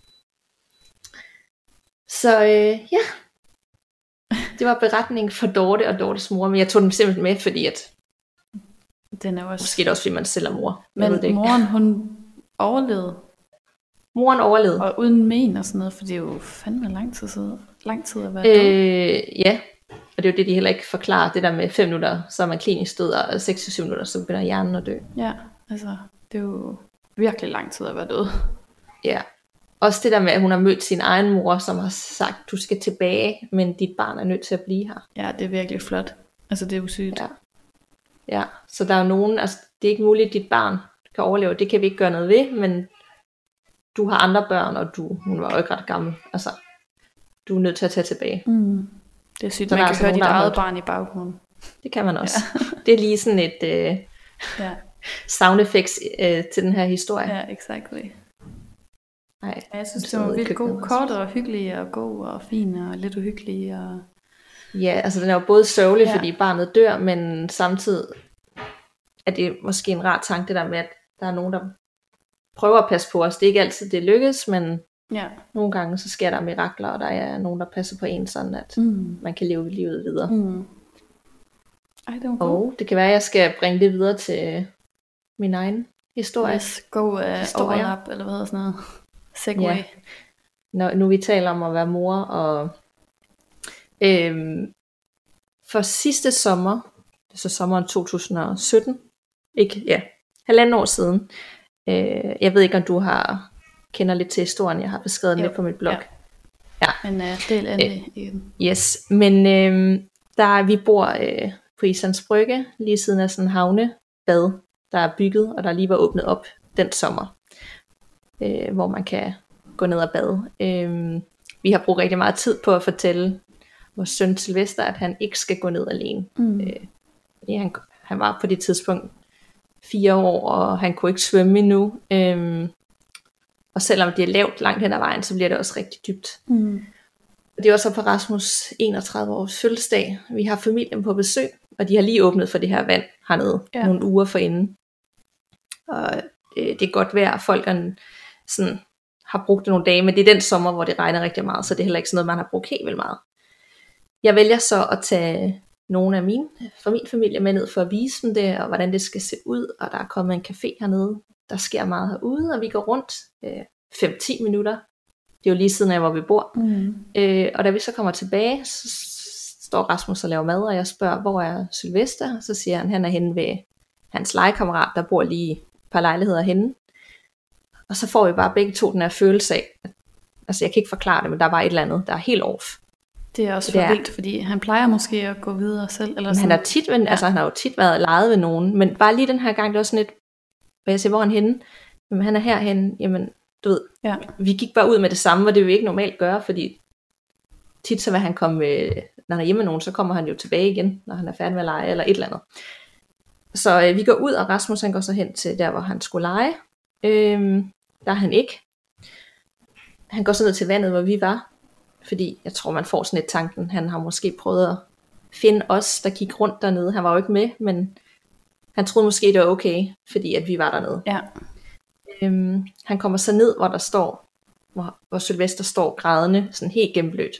Så øh, ja, det var beretningen for Dorte og Dortes mor, men jeg tog den simpelthen med, fordi at, Den er også... måske er det også, fordi man selv er mor. Jeg ved det Men ikke. moren, hun overlevede. Moren overlevede. Og uden men og sådan noget, for det er jo fandme lang tid siden. Lang tid at være død. Øh, ja, og det er jo det, de heller ikke forklarer, det der med fem minutter, så er man klinisk død, og seks til syv minutter, så begynder hjernen at dø. Ja, altså, det er jo virkelig lang tid at være død. Ja, også det der med, at hun har mødt sin egen mor, som har sagt, du skal tilbage, men dit barn er nødt til at blive her. Ja, det er virkelig flot. Altså, det er jo sygt. Ja, ja. Så der er jo nogen, altså det er ikke muligt, at dit barn kan overleve, det kan vi ikke gøre noget ved, men du har andre børn, og du, hun var jo ikke ret gammel, altså du er nødt til at tage tilbage. Mm. Det er sygt, Så man der er kan altså høre nogen, dit der har eget måttet- barn i baggrunden. Det kan man også. Ja. Det er lige sådan et øh, Ja, sound effects øh, til den her historie. ja, exactly. Nej, Ja, jeg synes, hun det var sidder i virkelig god, køkkenet kort og hyggelig og god og fin og lidt uhyggelig. Og... ja, altså den er jo både sørgelig, Ja. ja. fordi barnet dør, men samtidig er det måske en rar tanke, det der med, at der er nogen, der prøver at passe på os. Det er ikke altid, det lykkes, men Ja. nogle gange så sker der mirakler, og der er nogen, der passer på en, sådan at Mm. man kan leve livet videre. Mm. Ej, det var god. Og det kan være, at jeg skal bringe det videre til min egen historie. Yes, go uh, Historier. overlap, eller hvad hedder sådan noget. Segway. Ja. Når nu vi taler om at være mor, og øhm, for sidste sommer, så sommeren to tusind og sytten, ikke, ja, halvanden år siden, øh, jeg ved ikke, om du har kender lidt til historien, jeg har beskrevet den lidt på mit blog. Ja. Ja. Men uh, del endelig i den. Yes, men øh, der vi bor øh, på Islands Brygge, lige siden af sådan en havnebad, der er bygget, og der lige var åbnet op den sommer, øh, hvor man kan gå ned og bade. Øh, vi har brugt rigtig meget tid på at fortælle vores søn Sylvester, at han ikke skal gå ned alene. Mm. Øh, fordi han, han var på det tidspunkt fire år, og han kunne ikke svømme endnu. Øh, og selvom det er lavt langt hen ad vejen, så bliver det også rigtig dybt. Mm. Det er også på Rasmus enogtredive års fødselsdag. Vi har familien på besøg, og de har lige åbnet for det her vand hernede ja. nogle uger forinden. Og det, det er godt vejr, folk er sådan, har brugt det nogle dage, men det er den sommer, hvor det regner rigtig meget, så det er heller ikke sådan noget, man har brugt helt vildt meget. Jeg vælger så at tage nogle af mine, fra min familie med ned for at vise dem det, og hvordan det skal se ud, og der er kommet en café hernede. Der sker meget herude, og vi går rundt øh, fem til ti minutter. Det er jo lige siden af, hvor vi bor. Mm. Øh, og da vi så kommer tilbage, så står Rasmus og laver mad, og jeg spørger, hvor er Sylvester? Så siger han, han er henne ved hans legekammerat, der bor lige et par lejligheder henne. Og så får vi bare begge to den her følelse af, altså jeg kan ikke forklare det, men der er bare et eller andet, der er helt off. Det er også for vildt, fordi han plejer måske at gå videre selv. Eller han, har tit, ja. altså, han har jo tit været leget ved nogen, men bare lige den her gang, det var sådan lidt, og jeg siger, hvor er han henne? Jamen han er herhenne, jamen du ved, ja. vi gik bare ud med det samme, og det vil vi ikke normalt gøre, fordi tit så vil han komme, når han er hjemme med nogen, så kommer han jo tilbage igen, når han er færdig med at lege, eller et eller andet. Så øh, vi går ud, og Rasmus han går så hen til der, hvor han skulle lege. Øhm, der er han ikke. Han går så ned til vandet, hvor vi var, fordi jeg tror, man får sådan et tanken, han har måske prøvet at finde os, der gik rundt dernede. Han var jo ikke med, men han troede måske, det var okay, fordi at vi var dernede. Ja. Øhm, han kommer så ned, hvor der står, hvor, hvor Sylvester står grædende, sådan helt gennemblødt,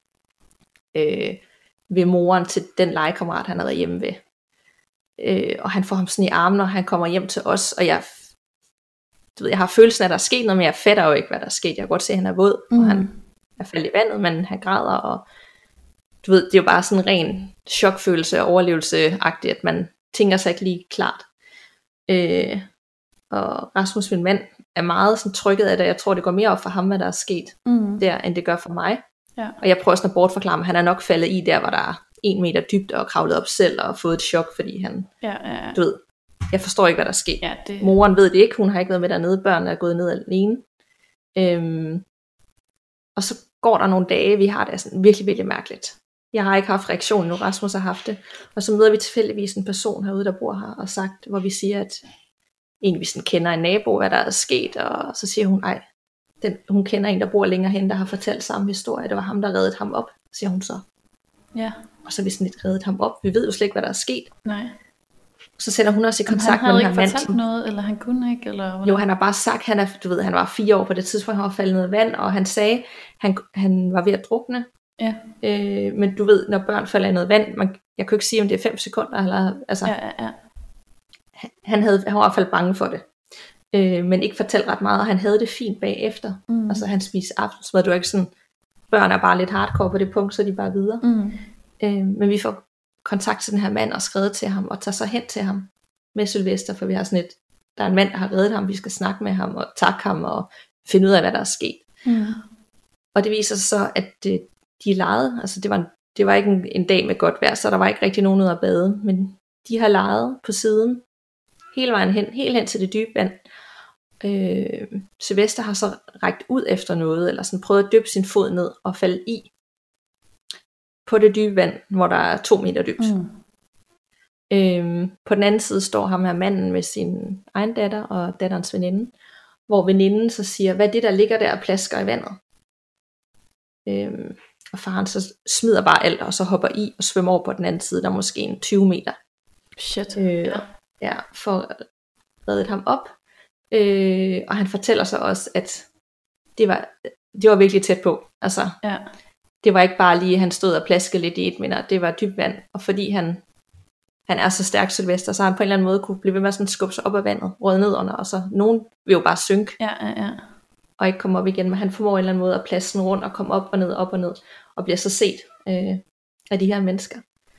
øh, ved moren til den legekammerat, han har været hjemme ved. Øh, og han får ham sådan i armen, og han kommer hjem til os, og jeg, du ved, jeg har følelsen af, at der er sket noget, men jeg fatter jo ikke, hvad der er sket. Jeg kan godt se, at han er våd, mm. og han er faldet i vandet, men han græder, og du ved, det er jo bare sådan en ren chokfølelse og overlevelse-agtigt, at man tænker sig ikke lige klart. Øh, og Rasmus, min mand, er meget sådan trykket af det. Jeg tror, det går mere op for ham, hvad der er sket mm. der, end det gør for mig. Ja. Og jeg prøver sådan at bortforklare mig, han er nok faldet i der, hvor der er en meter dybt, og kravlet op selv, og fået et chok, fordi han, ja, ja, ja. du ved, jeg forstår ikke, hvad der er sket. Ja, det... Moren ved det ikke, hun har ikke været med dernede, børnene er gået ned alene. Øhm, og så går der nogle dage, vi har det sådan virkelig, virkelig mærkeligt. Jeg har ikke haft reaktion nu, Rasmus har haft det. Og så møder vi tilfældigvis en person herude, der bor her, og sagt, hvor vi siger, at egentlig vi sådan kender en nabo, hvad der er sket, og så siger hun, ej, den, hun kender en, der bor længere hen, der har fortalt samme historie, det var ham, der reddede ham op, siger hun så. Ja. Og så har vi sådan lidt reddet ham op, vi ved jo slet ikke, hvad der er sket. Nej. Så sætter hun også i kontakt med den her mand. Han havde ikke fortalt noget, eller han kunne ikke? Eller hvordan? Jo, han har bare sagt, han er, du ved, han var fire år på det tidspunkt, han var faldet ned i vand, og han sagde, han, han var ved at drukne. Ja. Øh, men du ved, når børn falder i noget vand, man, jeg kan jo ikke sige, om det er fem sekunder, eller, altså, ja, ja, ja. Han, havde, han var i hvert fald bange for det, øh, men ikke fortalt ret meget, og han havde det fint bagefter. Mm. Altså han spiste aftensmad, det var ikke sådan, børn er bare lidt hardcore på det punkt, så de bare videre. Mm. Øh, men vi får kontakt til den her mand, og skrevet til ham, og tager så hen til ham med Sylvester, for vi har sådan et, der er en mand, der har reddet ham, vi skal snakke med ham, og takke ham, og finde ud af, hvad der er sket. Mm. Og det viser sig så, at det, de legede, altså det var, en, det var ikke en, en dag med godt vejr, så der var ikke rigtig nogen ud at bade, men de har leget på siden, hele vejen hen, helt hen til det dybe vand. Øh, Sylvester har så rækket ud efter noget, eller sådan prøvet at dyppe sin fod ned, og falde i, på det dybe vand, hvor der er to meter dybt. Mm. Øhm, på den anden side står ham her manden med sin egen datter, og datterens veninde, hvor veninden så siger, hvad er det, der ligger der og plasker i vandet? Øhm, og faren så smider bare alt, og så hopper i og svømmer over på den anden side, der er måske en tyve meter. Shit. Øh, ja. ja, for at redde ham op. Øh, og han fortæller så også, at det var, det var virkelig tæt på. Altså, ja. Det var ikke bare lige, at han stod og plaskede lidt i et, men det var dybt vand. Og fordi han, han er så stærk, Sylvester, så han på en eller anden måde kunne blive ved med at skubbe sig op af vandet, råde ned under, og så nogen vil jo bare synke. Ja, ja, ja. Og ikke komme op igen, men han formår en eller anden måde at plaske den rundt og komme op og ned, op og ned, og bliver så set øh, af de her mennesker.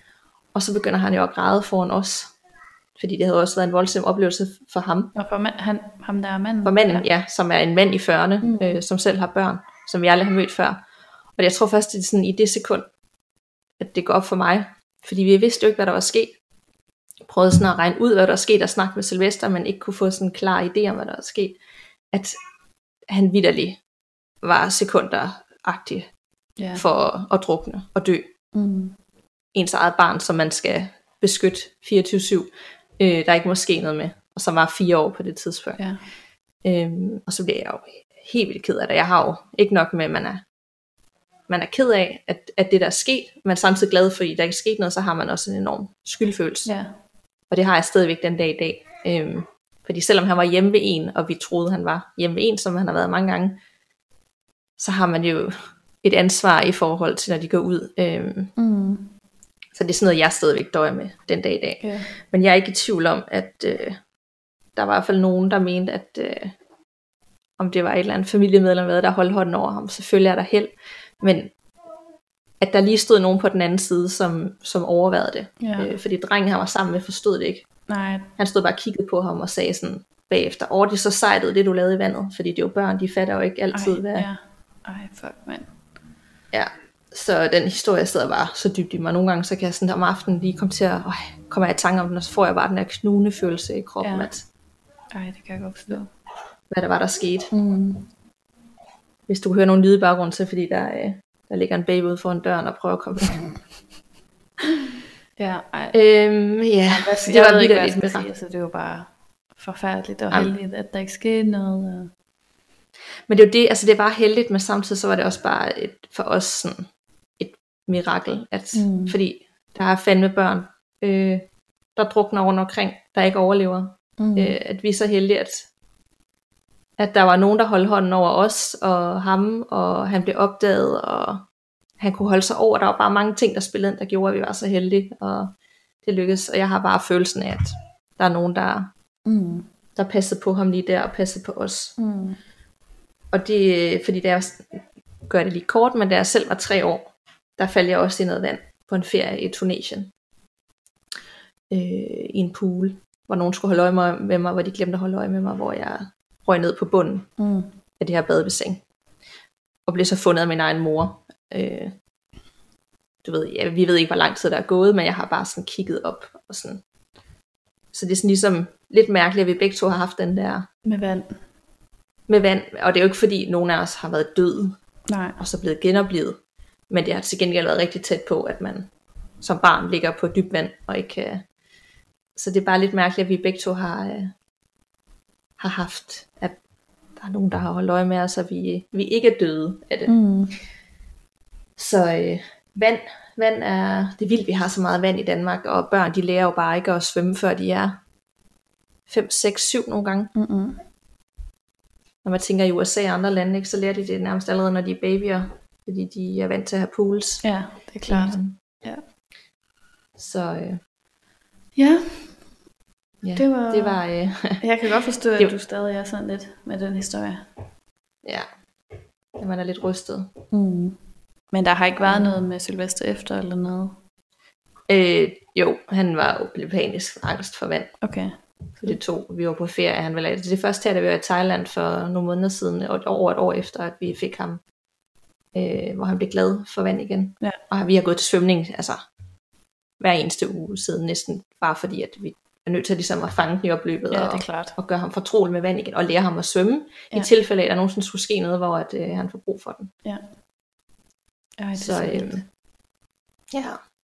Og så begynder han jo at græde foran os. Fordi det havde også været en voldsom oplevelse for ham. Og for man, han, ham der er manden? For manden, ja. ja, som er en mand i fyrrerne, mm. øh, som selv har børn, som jeg aldrig har mødt før. Og jeg tror først, det er sådan i det sekund, at det går op for mig. Fordi vi vidste jo ikke, hvad der var sket. Jeg prøvede sådan at regne ud, hvad der var sket, og snakke med Sylvester, men ikke kunne få sådan en klar idé om, hvad der var sket. At han vitterlig var sekunderagtig yeah. for at, at drukne og dø. Mm. Ens eget barn, som man skal beskytte fireogtyve syv, øh, der ikke må ske noget med, og som var fire år på det tidspunkt. Ja. Øhm, og så bliver jeg jo helt vildt ked af det. Jeg har jo ikke nok med, at man er, man er ked af, at, at det der er sket, men samtidig glad for, at der ikke er sket noget, så har man også en enorm skyldfølelse. Ja. Og det har jeg stadigvæk den dag i dag. Øhm, fordi selvom han var hjemme ved en, og vi troede, han var hjemme ved en, som han har været mange gange, så har man jo et ansvar i forhold til, når de går ud. Øhm, mm. Så det er sådan noget, jeg stadigvæk døjer med den dag i dag. Yeah. Men jeg er ikke i tvivl om, at øh, der var i hvert fald nogen, der mente, at øh, om det var et eller andet familiemedlem, der holdt hånden over ham. Selvfølgelig er der held. Men at der lige stod nogen på den anden side, som, som overvejede det. Yeah. Øh, fordi drengen, han var sammen med, forstod det ikke. Nej. Han stod bare og kiggede på ham og sagde sådan bagefter, åh, det er så sejt ud, det du lavede i vandet. Fordi det er jo børn, de fatter jo ikke altid, Ej, hvad... Ja. Ej, fuck, mand. Ja. Så den historie sidder bare så dybt i mig. Nogle gange så kan jeg sådan om aftenen lige komme til at, øh, kommer jeg i tanke om den, og så får jeg bare den her knugende følelse i kroppen, ja. At Ej, det kan jeg godt forstå. Hvad der var, der skete. Mm. Hvis du kunne høre nogle lyde i baggrunden, så fordi der, øh, der ligger en baby ude foran døren og prøver at komme ind. Ja, ej. Øhm, ja, det var vildt lidt med sige, så det var bare forfærdeligt og heldigt, at der ikke skete noget. Og... Men det er jo det, altså det var heldigt, men samtidig så var det også bare et, for os sådan et mirakel, at, mm. fordi der er fandme børn, øh, der drukner rundt omkring, der ikke overlever. Mm. Øh, at vi er så heldige, at, at der var nogen, der holdt hånden over os og ham, og han blev opdaget, og han kunne holde sig over. Der var bare mange ting, der spillede ind, der gjorde, at vi var så heldige, og det lykkedes. Og jeg har bare følelsen af, at der er nogen, der, mm. der passede på ham lige der, og passede på os. Mm. Og det, fordi da jeg gør det lige kort, men da jeg selv var tre år, der faldt jeg også i noget vand på en ferie i Tunesien. Øh, I en pool, hvor nogen skulle holde øje med mig, hvor de glemte at holde øje med mig, hvor jeg røg ned på bunden mm. af det her badebassin. Og blev så fundet af min egen mor. Øh, du ved, ja, vi ved ikke, hvor lang tid der er gået, men jeg har bare sådan kigget op. Og sådan. Så det er sådan ligesom lidt mærkeligt, at vi begge to har haft den der... Med vand. Med vand, og det er jo ikke fordi nogen af os har været døde, Nej. Og så blevet genoplevet, men det har til gengæld været rigtig tæt på, at man som barn ligger på dybt vand, og ikke kan... Så det er bare lidt mærkeligt, at vi begge to har, øh, har haft, at der er nogen, der har holdt øje med os, og vi, vi ikke er døde af det. Mm. Så øh, vand, vand er, det er vildt, vi har så meget vand i Danmark, og børn, de lærer jo bare ikke at svømme, før de er fem, seks, syv nogle gange. Mm-hmm. Når man tænker i U S A og andre lande, ikke, så lærer de det nærmest allerede, når de er babyer, fordi de er vant til at have pools. Ja, det er klart. Mm. Ja. Så øh, ja, ja, det var, det var øh, jeg kan godt forstå, at du stadig er sådan lidt med den historie. Ja, man er lidt rystet. Mm. Men der har ikke været noget med Sylvester efter eller noget? Øh, jo, han var jo blevet panisk angst for vand. Okay. Så det tog, vi var på ferie, han ville det. Det første her, da vi var i Thailand for nogle måneder siden, og over et år efter, at vi fik ham, øh, hvor han blev glad for vand igen. Ja. Og vi har gået til svømning, altså hver eneste uge siden næsten, bare fordi, at vi er nødt til ligesom at fange den i opløbet, ja, og, det er klart. Og gøre ham fortrolig med vand igen, og lære ham at svømme, ja. I tilfælde af, at der nogensinde skulle ske noget, hvor at, øh, han får brug for den. Ja. Ej, det så, øh, ja.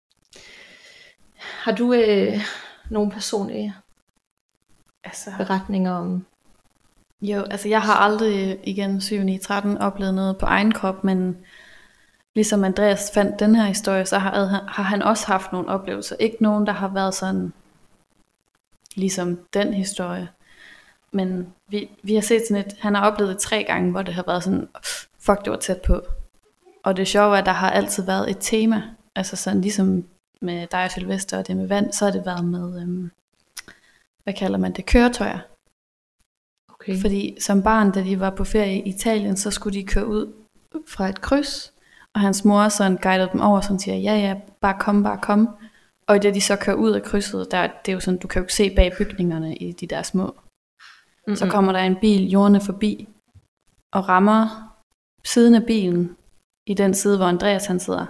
Har du øh, nogle personlige altså, beretninger om... Jo, altså jeg har aldrig igen syv ni tretten oplevet noget på egen krop, men ligesom Andreas fandt den her historie, så har, har han også haft nogle oplevelser. Ikke nogen, der har været sådan, ligesom den historie. Men vi, vi har set sådan et, han har oplevet det tre gange, hvor det har været sådan, fuck, det var tæt på. Og det sjove er, at der har altid været et tema, altså sådan ligesom med dig og Sylvester og det med vand, så har det været med, øhm, hvad kalder man det, køretøjer. Okay. Fordi som barn, da de var på ferie i Italien, så skulle de køre ud fra et kryds, og hans mor sådan guidede dem over, sådan siger, ja ja, bare kom, bare kom. Og da de så kører ud af krydset, der, det er jo sådan, du kan jo ikke se bag bygningerne i de der små. Mm-hmm. Så kommer der en bil jordende forbi, og rammer siden af bilen, i den side, hvor Andreas han sidder.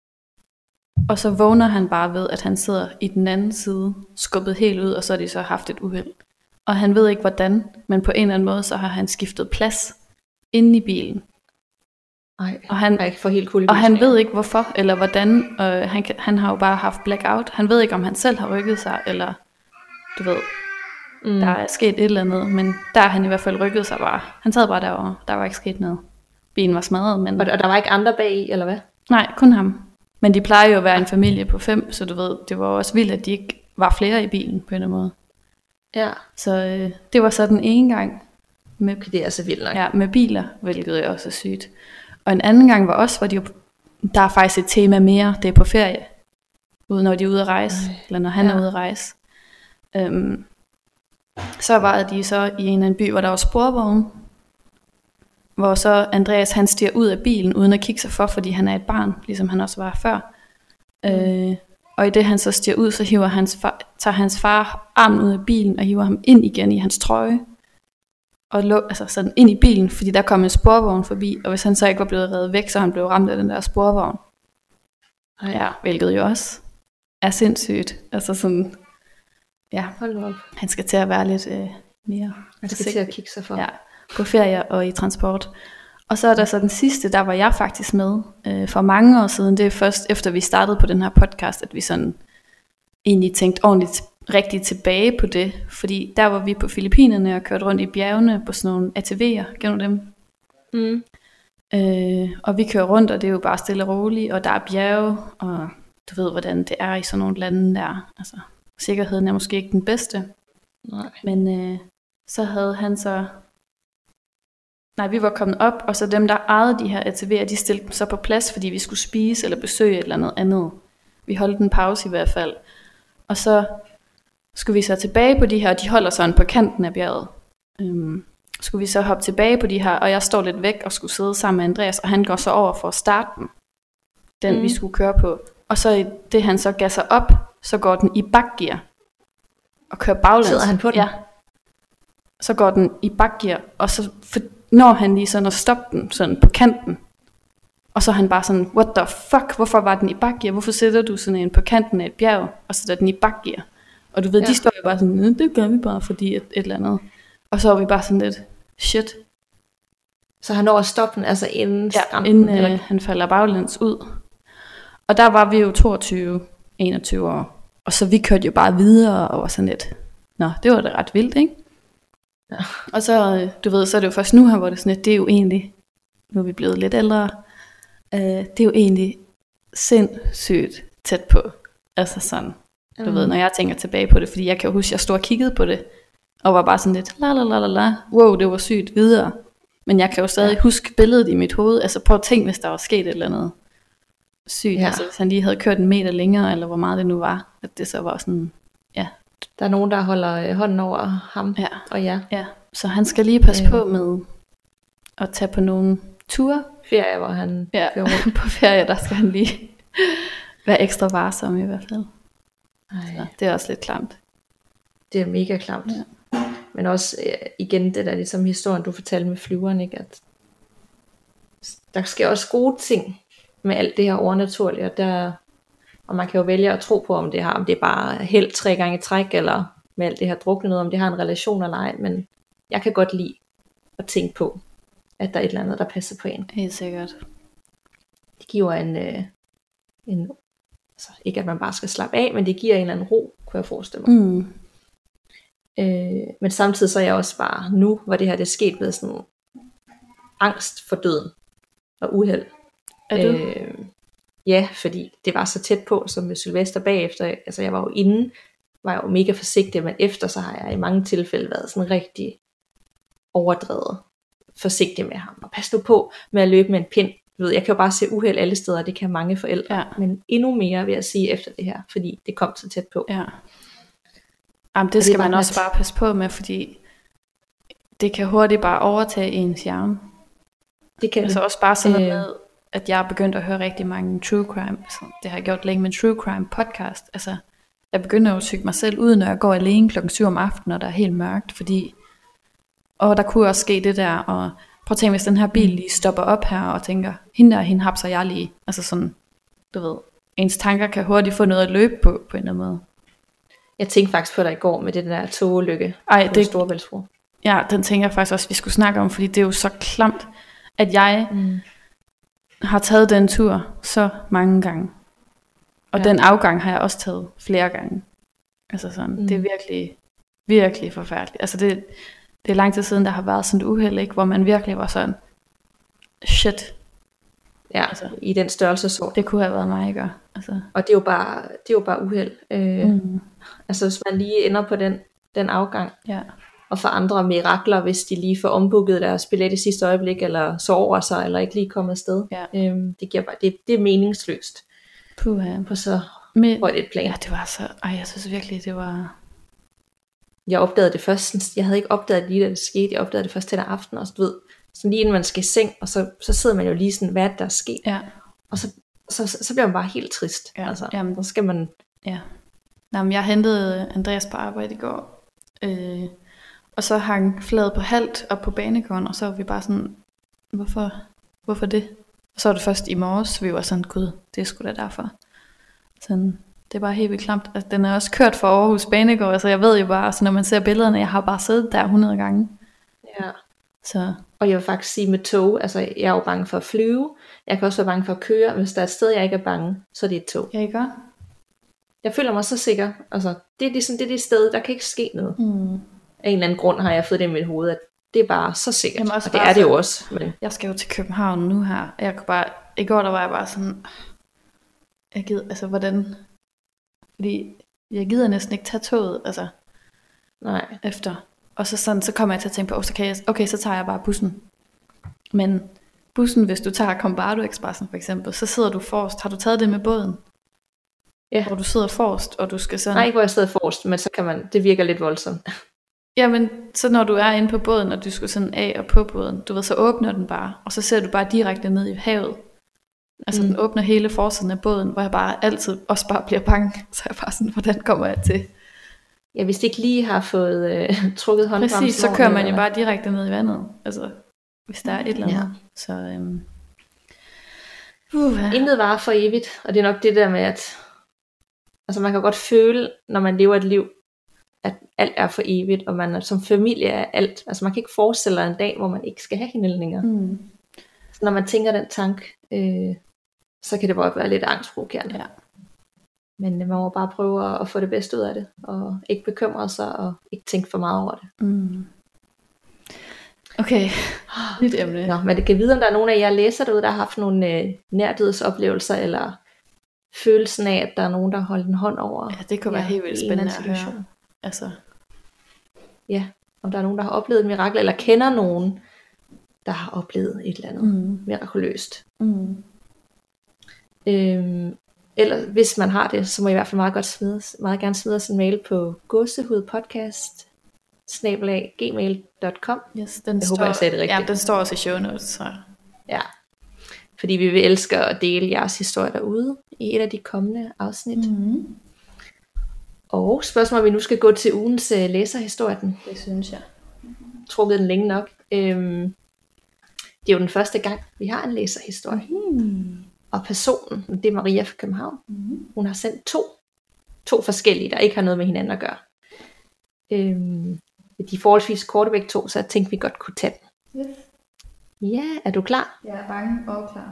Og så vågner han bare ved, at han sidder i den anden side, skubbet helt ud, og så har de så haft et uheld. Og han ved ikke hvordan, men på en eller anden måde, så har han skiftet plads inde i bilen. Ej, og han, jeg får helt cool og han ved ikke hvorfor, eller hvordan, og han, han har jo bare haft blackout. Han ved ikke, om han selv har rykket sig, eller du ved, mm. der er sket et eller andet, men der har han i hvert fald rykket sig bare. Han sad bare derovre, der var ikke sket noget. Bilen var smadret, men... Og der, og der var ikke andre bag i, eller hvad? Nej, kun ham. Men de plejer jo at være en familie på fem, så du ved, det var også vildt, at de ikke var flere i bilen på en eller anden måde. Ja. Så øh, det var så den ene gang med, det er så vildt nok. Ja, med biler, hvilket er også sygt. Og en anden gang var også, hvor de jo, der er faktisk et tema mere, det er på ferie, ude når de er ude at rejse, Ej. eller når han ja. er ude at rejse. Øhm, så var de så i en eller anden by, hvor der var sporvogn, hvor så Andreas han stiger ud af bilen, uden at kigge sig for, fordi han er et barn, ligesom han også var før. Mm. Øh, og i det han så stiger ud, så hiver hans far, tager hans far armen ud af bilen, og hiver ham ind igen i hans trøje. Og lå, altså sådan ind i bilen, fordi der kom en sporvogn forbi, og hvis han så ikke var blevet reddet væk, så han blev ramt af den der sporvogn. Ej. Ja, hvilket jo også er sindssygt. Altså sådan, ja, hold op. Han skal til at være lidt øh, mere... Han skal til at kigge sig for. Ja, på ferie og i transport. Og så er der så den sidste, der var jeg faktisk med øh, for mange år siden. Det er først efter vi startede på den her podcast, at vi sådan egentlig tænkte ordentligt rigtig tilbage på det, fordi der var vi på Filippinerne og kørte rundt i bjergene på sådan nogle A T V'er, kender du dem? Mm. Øh, og vi kører rundt, og det er jo bare stille og roligt, og der er bjerge, og du ved, hvordan det er i sådan nogle lande der. Altså, sikkerheden er måske ikke den bedste. Nej. Men øh, så havde han så... Nej, vi var kommet op, og så dem, der ejede de her A T V'er, de stillede dem så på plads, fordi vi skulle spise eller besøge et eller andet andet. Vi holdt en pause i hvert fald. Og så skulle vi så tilbage på de her, de holder sådan på kanten af bjerget. Øhm, skulle vi så hoppe tilbage på de her, og jeg står lidt væk og skulle sidde sammen med Andreas, og han går så over for at starte den, den mm. vi skulle køre på. Og så i det han så gasser op, så går den i bakgear og kører baglæns. Sidder han på den? Ja. Så går den i bakgear, og så for, når han lige sådan at stoppe den sådan på kanten. Og så er han bare sådan, what the fuck, hvorfor var den i bakgear? Hvorfor sætter du sådan en på kanten af et bjerg, og sætter den i bakgear? Og du ved, ja. De står jo bare sådan, det gør vi bare, fordi et, et eller andet. Og så er vi bare sådan lidt, shit. Så han når at stoppe den, altså inden ja, skrampen, inden eller? Øh, han falder baglæns ud. Og der var vi jo toogtyve enogtyve år. Og så vi kørte jo bare videre, og var sådan lidt, nå, det var da ret vildt, ikke? Ja. Og så, du ved, så er det jo først nu her, hvor det er sådan lidt, det er jo egentlig, nu er vi blevet lidt ældre, øh, det er jo egentlig sindssygt tæt på. Altså sådan, du mm. ved, når jeg tænker tilbage på det, fordi jeg kan jo huske, jeg stod og kiggede på det, og var bare sådan lidt, la la la la la, wow, det var sygt videre. Men jeg kan jo stadig ja. huske billedet i mit hoved, altså prøv at tænke, hvis der var sket et eller andet sygt, ja. altså hvis han lige havde kørt en meter længere, eller hvor meget det nu var, at det så var sådan, ja. Der er nogen, der holder hånden over ham, ja. og ja. ja. Så han skal lige passe øh. på med at tage på nogle ture. Ferie, hvor han ja. kører rundt. På ferie, der skal han lige være ekstra varsom i hvert fald. Så det er også lidt klamt. Det er mega klamt. Ja. Men også igen det der ligesom historien du fortalte med flyveren, ikke, at der sker også gode ting med alt det her overnaturlige, og der, og man kan jo vælge at tro på, om det har, om det er bare held tre gange i træk, eller med alt det her drukne noget, om det har en relation eller ej, men jeg kan godt lide at tænke på, at der er et eller andet, der passer på en. Helt sikkert. Det giver en, øh, en altså ikke at man bare skal slappe af, men det giver en eller anden ro, kunne jeg forestille mig. Mm. Øh, men samtidig så er jeg også bare, nu hvor det her det er sket, med sådan angst for døden og uheld. Er du? Øh, ja, fordi det var så tæt på, som med Sylvester bagefter, altså jeg var jo inde, var jeg jo mega forsigtig, men efter så har jeg i mange tilfælde været sådan rigtig overdrevet forsigtig med ham, og pas nu på med at løbe med en pind. Du ved, jeg kan jo bare se uheld alle steder, det kan mange forældre, ja. Men endnu mere vil jeg sige efter det her, fordi det kom så tæt på. Ja. Jamen, det skal det man også bare passe på med, fordi det kan hurtigt bare overtage ens hjerne. Det kan altså også bare sådan noget øh, med, at jeg er begyndt at høre rigtig mange true crime. Altså, det har jeg gjort længe med en true crime podcast. Altså, jeg begynder at tykke mig selv ud, når jeg går alene klokken syv om aftenen, og der er helt mørkt, fordi, og der kunne også ske det der, og prøv at tænke, hvis den her bil lige stopper op her, og tænker, hende der, hende hapser jeg lige. Altså sådan, du ved, ens tanker kan hurtigt få noget at løbe på, på en eller anden måde. Jeg tænkte faktisk på dig i går med det der togulykke Ej, på det Storebæltsbro. Ja, den tænker jeg faktisk også, vi skulle snakke om, fordi det er jo så klamt, at jeg mm. har taget den tur så mange gange. Og ja. Den afgang har jeg også taget flere gange. Altså sådan, mm. det er virkelig, virkelig forfærdeligt. Altså det, det er lang tid siden, der har været sådan et uheld, ikke, hvor man virkelig var sådan, shit. Ja, altså, i den størrelsesorden. Det kunne have været mig, ikke? Altså. Og det er jo bare, det er jo bare uheld. Øh, mm. Altså hvis man lige ender på den, den afgang. Ja. Og for andre mirakler, hvis de lige får ombooket deres billet i sidste øjeblik, eller sover sig, eller ikke lige kommer afsted. Ja. Øhm, det, giver bare, det, det er meningsløst. Puha. På så Men, højt et plan. Ja, det var så, ej, jeg synes virkelig, det var... Jeg opdagede det først, jeg havde ikke opdaget det lige, da det skete. Jeg opdagede det først til den aften, og du ved, sådan lige inden man skal i seng, og så, så sidder man jo lige sådan, hvad er det, der er sket? Ja. Og så, så, så, så bliver man bare helt trist. Ja. Altså, Jamen, så skal man... Ja. Nå, men jeg hentede Andreas på arbejde i går, øh, og så hang flaget på halvt op på banegården, og så var vi bare sådan, hvorfor, hvorfor det? Og så var det først i morges, vi var sådan, gud, det er sgu da derfor. Sådan, det er bare helt vildt klamt. Altså, den er også kørt fra Aarhus Banegård, altså jeg ved jo bare, altså, når man ser billederne, jeg har bare siddet der hundrede gange. Ja. Så. Og jeg vil faktisk sige med tog, altså jeg er jo bange for at flyve, jeg kan også være bange for at køre, hvis der er et sted, jeg ikke er bange, så er det et tog. Ja, ikke? Jeg føler mig så sikker, altså det er ligesom det, er det sted, der kan ikke ske noget. Mm. Af en eller anden grund har jeg fået det i mit hoved, at det er bare så sikkert, Jamen, og det er det jo også. Men... Jeg skal jo til København nu her, jeg kunne bare, i går der var jeg bare sådan, jeg gider, altså hvordan, fordi jeg gider næsten ikke tage toget, altså, nej. Efter, og så sådan, så kommer jeg til at tænke på, så kan jeg, okay, så tager jeg bare bussen, men bussen, hvis du tager Combardo Expressen for eksempel, så sidder du forrest, har du taget det med båden? Ja. Hvor du sidder forrest, og du skal sådan... Nej, ikke hvor jeg sidder forrest, men så kan man, det virker lidt voldsomt. Jamen, så når du er inde på båden, og du skal sådan af og på båden, du ved, så åbner den bare, og så ser du bare direkte ned i havet. Altså, mm. den åbner hele forsiden af båden, hvor jeg bare altid også bare bliver bange. Så er jeg bare sådan, hvordan kommer jeg til? Ja, hvis det ikke lige har fået øh, trukket håndbremsen. Præcis, så kører man jo bare direkte ned i vandet. Altså, hvis der er et eller andet. Ja. Så, øhm... uh, Intet varer for evigt, og det er nok det der med, at altså man kan godt føle, når man lever et liv, at alt er for evigt, og man er, som familie er alt. Altså man kan ikke forestille sig en dag, hvor man ikke skal have hinanden længere. Mm. Så når man tænker den tanke, øh, så kan det bare være lidt angstprovokerende. Ja. Men man må bare prøve at få det bedste ud af det, og ikke bekymre sig, og ikke tænke for meget over det. Mm. Okay, nyt emne. Nå, men det kan vide, om der er nogen af jer læser derude, der har haft nogle øh, nærdødsoplevelser, eller følelsen af, at der er nogen, der holder en hånd over. Ja, det kunne være ja, helt vildt spændende at høre. Altså. Ja, om der er nogen, der har oplevet et mirakel, eller kender nogen, der har oplevet et eller andet mm. mirakuløst. Mm. Øhm, eller hvis man har det, så må I i hvert fald meget, godt smide, meget gerne smide os en mail på gåsehudpodcast snabel-a gmail punktum com. Yes, den jeg står, håber, jeg sagde det rigtigt. Ja, den står også i show notes. Så. Ja, fordi vi vil elske at dele jeres historie derude i et af de kommende afsnit. Mm. Og spørgsmålet, vi nu skal gå til ugens uh, læserhistorie. Det synes jeg. Trukket den længe nok. Øhm, det er jo den første gang, vi har en læserhistorie. Mm. Og personen, det er Maria fra København. Mm. Hun har sendt to. To forskellige, der ikke har noget med hinanden at gøre. Øhm, de er forholdsvis korte begge to, så jeg tænkte, vi godt kunne tage den. Yes. Ja, er du klar? Jeg er bange og klar.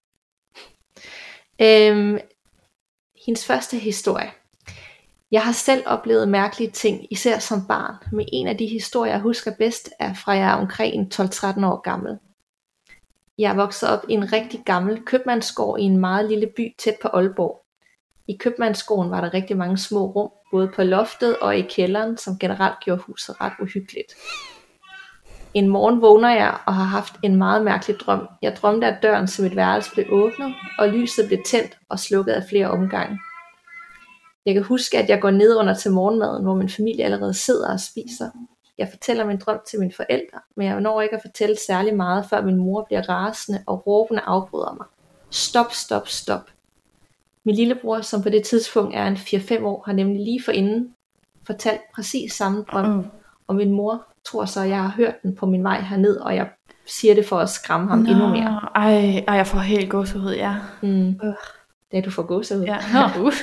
Øhm, hendes første historie. Jeg har selv oplevet mærkelige ting, især som barn, men en af de historier, jeg husker bedst, er fra jeg er omkring tolv tretten år gammel. Jeg er vokset op i en rigtig gammel købmandsgård i en meget lille by tæt på Aalborg. I købmandsgården var der rigtig mange små rum, både på loftet og i kælderen, som generelt gjorde huset ret uhyggeligt. En morgen vågner jeg og har haft en meget mærkelig drøm. Jeg drømte, at døren til mit værelse blev åbnet, og lyset blev tændt og slukket af flere omgange. Jeg kan huske, at jeg går ned under til morgenmaden, hvor min familie allerede sidder og spiser. Jeg fortæller min drøm til mine forældre, men jeg når ikke at fortælle særlig meget, før min mor bliver rasende og råbende afbryder mig. Stop, stop, stop. Min lillebror, som på det tidspunkt er en fire fem år, har nemlig lige forinden fortalt præcis samme drøm. Mm. Og min mor tror så, at jeg har hørt den på min vej herned, og jeg siger det for at skræmme ham Nå, endnu mere. Ej, ej, jeg får helt gåsehud, ja. Mm. Uh. Det du får gåsehud. Ja. Nå, uh.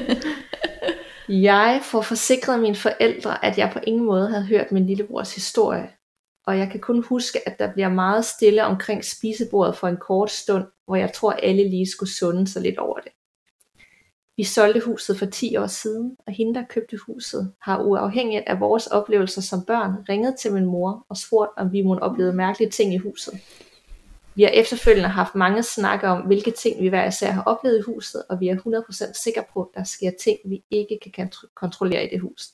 Jeg får forsikret mine forældre, at jeg på ingen måde havde hørt min lillebrors historie. Og jeg kan kun huske, at der bliver meget stille omkring spisebordet for en kort stund, hvor jeg tror, alle lige skulle sunde sig lidt over det. Vi solgte huset for ti år siden, og hende, der købte huset, har uafhængigt af vores oplevelser som børn ringet til min mor og spurgt, om vi måtte opleve mærkelige ting i huset. Vi har efterfølgende haft mange snakke om, hvilke ting vi hver især har oplevet i huset, og vi er hundrede procent sikre på, at der sker ting, vi ikke kan kontrollere i det hus.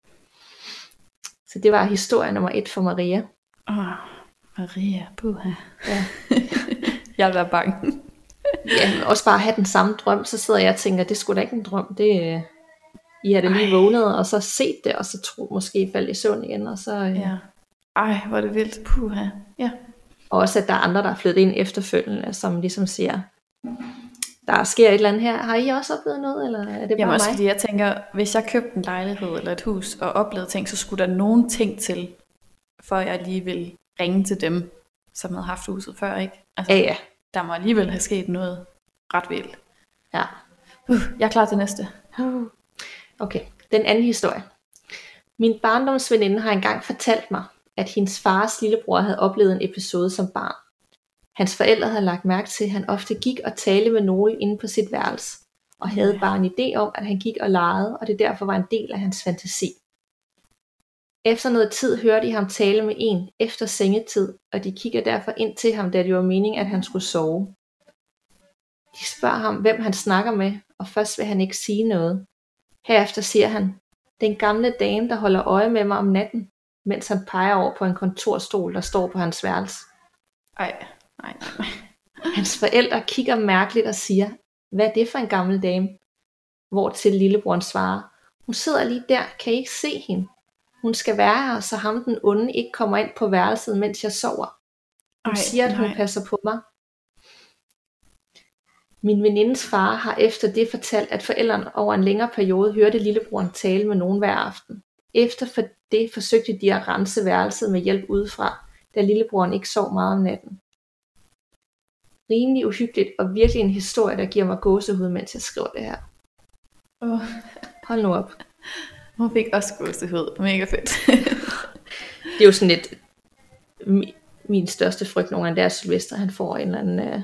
Så det var historie nummer et for Maria. Åh, oh, Maria, puha. Ja. Jeg vil være bange. Ja, også bare have den samme drøm, så sidder jeg og tænker, det skulle da ikke en drøm. Det, I har det lige vågnet, og så set det, og så tro, måske faldt i søvn igen. Og så, ja. Ej, hvor er det vildt. Puha. Ja. Og også at der er andre, der er flyttet ind efterfølgende, som ligesom siger, der sker et eller andet her. Har I også oplevet noget, eller er det bare Jamen også mig? Fordi jeg tænker, hvis jeg købte en lejlighed eller et hus og oplevede ting, så skulle der nogen ting til, for jeg lige vil ringe til dem, som havde haft huset før, ikke? Altså, ja, ja. Der må alligevel have sket noget ret vildt. Ja. Uh, jeg er klar til næste. Okay, den anden historie. Min barndomsveninde har engang fortalt mig, at hendes fars lillebror havde oplevet en episode som barn. Hans forældre havde lagt mærke til, at han ofte gik og talte med nogen inde på sit værelse, og havde bare en idé om, at han gik og legede, og det derfor var en del af hans fantasi. Efter noget tid hørte de ham tale med en efter sengetid, og de kigger derfor ind til ham, da det var meningen, at han skulle sove. De spørger ham, hvem han snakker med, og først vil han ikke sige noget. Herefter siger han, den gamle dame, der holder øje med mig om natten, mens han peger over på en kontorstol, der står på hans værelse. Ej, nej, nej. Hans forældre kigger mærkeligt og siger, hvad er det for en gammel dame? Hvortil lillebroren svarer, hun sidder lige der, kan I ikke se hende? Hun skal være her, så ham den onde ikke kommer ind på værelset, mens jeg sover. Hun Ej, siger, at hun nej. passer på mig. Min venindes far har efter det fortalt, at forældrene over en længere periode hørte lillebroren tale med nogen hver aften. Efter for det forsøgte de at rense værelset med hjælp udefra, da lillebroren ikke sov meget om natten. Rimelig uhyggeligt og virkelig en historie, der giver mig gåsehud, mens jeg skriver det her. Oh. Hold nu op. Hun fik også gåsehud. Mega fedt. Det er jo sådan lidt min, min største frygt nogle gange, det er Sylvester, han får en eller anden uh,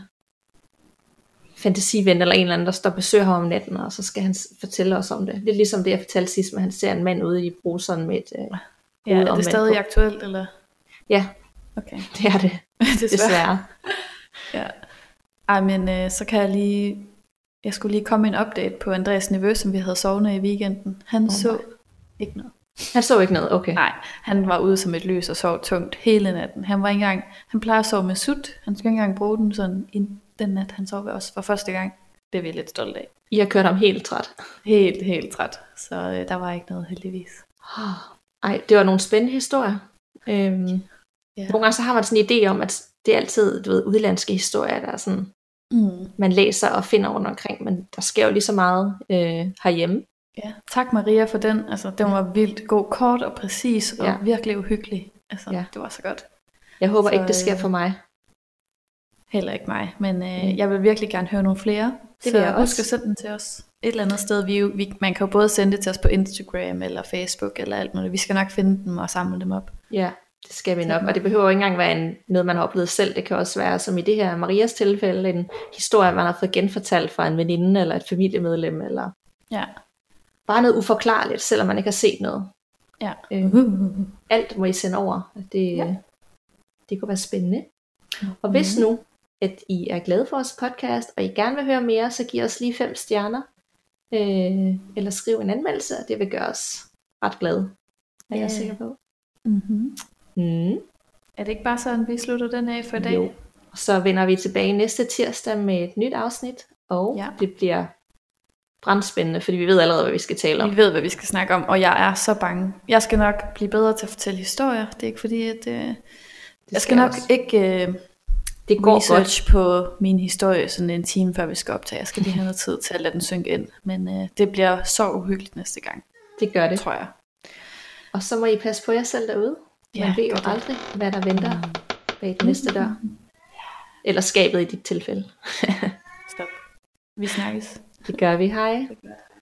fantasiven eller en eller anden, der står og besøger ham om natten, og så skal han fortælle os om det. Det er ligesom det, jeg fortalte sidst, men han ser en mand ude i bruseren med et uh, ja, er det stadig på. Aktuelt, eller? Ja, okay. Det er det. Desværre. Desværre. Ja. Ej, men øh, så kan jeg lige, jeg skulle lige komme med en update på Andreas nevø, som vi havde sovnet i weekenden. Han oh, så nej. ikke noget. Han så ikke noget, okay. Nej, han var ude som et lys og sov tungt hele natten. Han var ikke engang, han plejer at sove med sut. Han skulle ikke engang bruge den sådan i den nat, han sov ved os for første gang. Det er vi lidt stolte af. I har kørt ham helt træt. Helt, helt træt. Så øh, der var ikke noget heldigvis. Ej, det var nogle spændende historier. Øhm, ja. Nogle gange så har man sådan en idé om, at det er altid, du ved, udlandske historier, der er sådan, mm. man læser og finder rundt omkring, men der sker jo lige så meget øh, herhjemme. Ja, tak Maria for den. Altså, den var vildt god, kort og præcis og ja. virkelig uhyggelig. Altså, ja. Det var så godt. Jeg håber så, ikke, det sker for mig. Heller ikke mig, men øh, mm. jeg vil virkelig gerne høre nogle flere. Det så husk at sende den til os et eller andet sted. Vi, vi, man kan jo både sende det til os på Instagram eller Facebook eller alt muligt. Vi skal nok finde dem og samle dem op. Ja, det skal vi nok. Og det behøver ikke engang være en, noget, man har oplevet selv. Det kan også være, som i det her Marias tilfælde, en historie, man har fået genfortalt fra en veninde eller et familiemedlem. Eller ja. Bare noget uforklarligt, selvom man ikke har set noget. Ja. Øh, alt må I sende over. Det, ja. det kunne være spændende. Og hvis nu, at I er glade for vores podcast, og I gerne vil høre mere, så giv os lige fem stjerner. Øh, eller skriv en anmeldelse, og det vil gøre os ret glade. Er yeah. jeg sikker på. Mm-hmm. Mm. Er det ikke bare sådan, vi slutter den af for i dag? Jo. Og så vender vi tilbage næste tirsdag med et nyt afsnit. Og ja. det bliver brandspændende, fordi vi ved allerede, hvad vi skal tale om. Vi ved, hvad vi skal snakke om, og jeg er så bange. Jeg skal nok blive bedre til at fortælle historier. Det er ikke fordi, at... Øh, jeg skal, skal nok også. ikke... Øh, det går research godt på min historie sådan en time før vi skal optage. Jeg skal lige have noget tid til at lade den synke ind. Men øh, det bliver så uhyggeligt næste gang. Det gør det. Tror jeg. Og så må I passe på jer selv derude. Man Ja, ved jo gør det. aldrig, hvad der venter bag den næste dør. Eller skabet i dit tilfælde. Stop. Vi snakkes. Det gør vi. Hej. Det gør.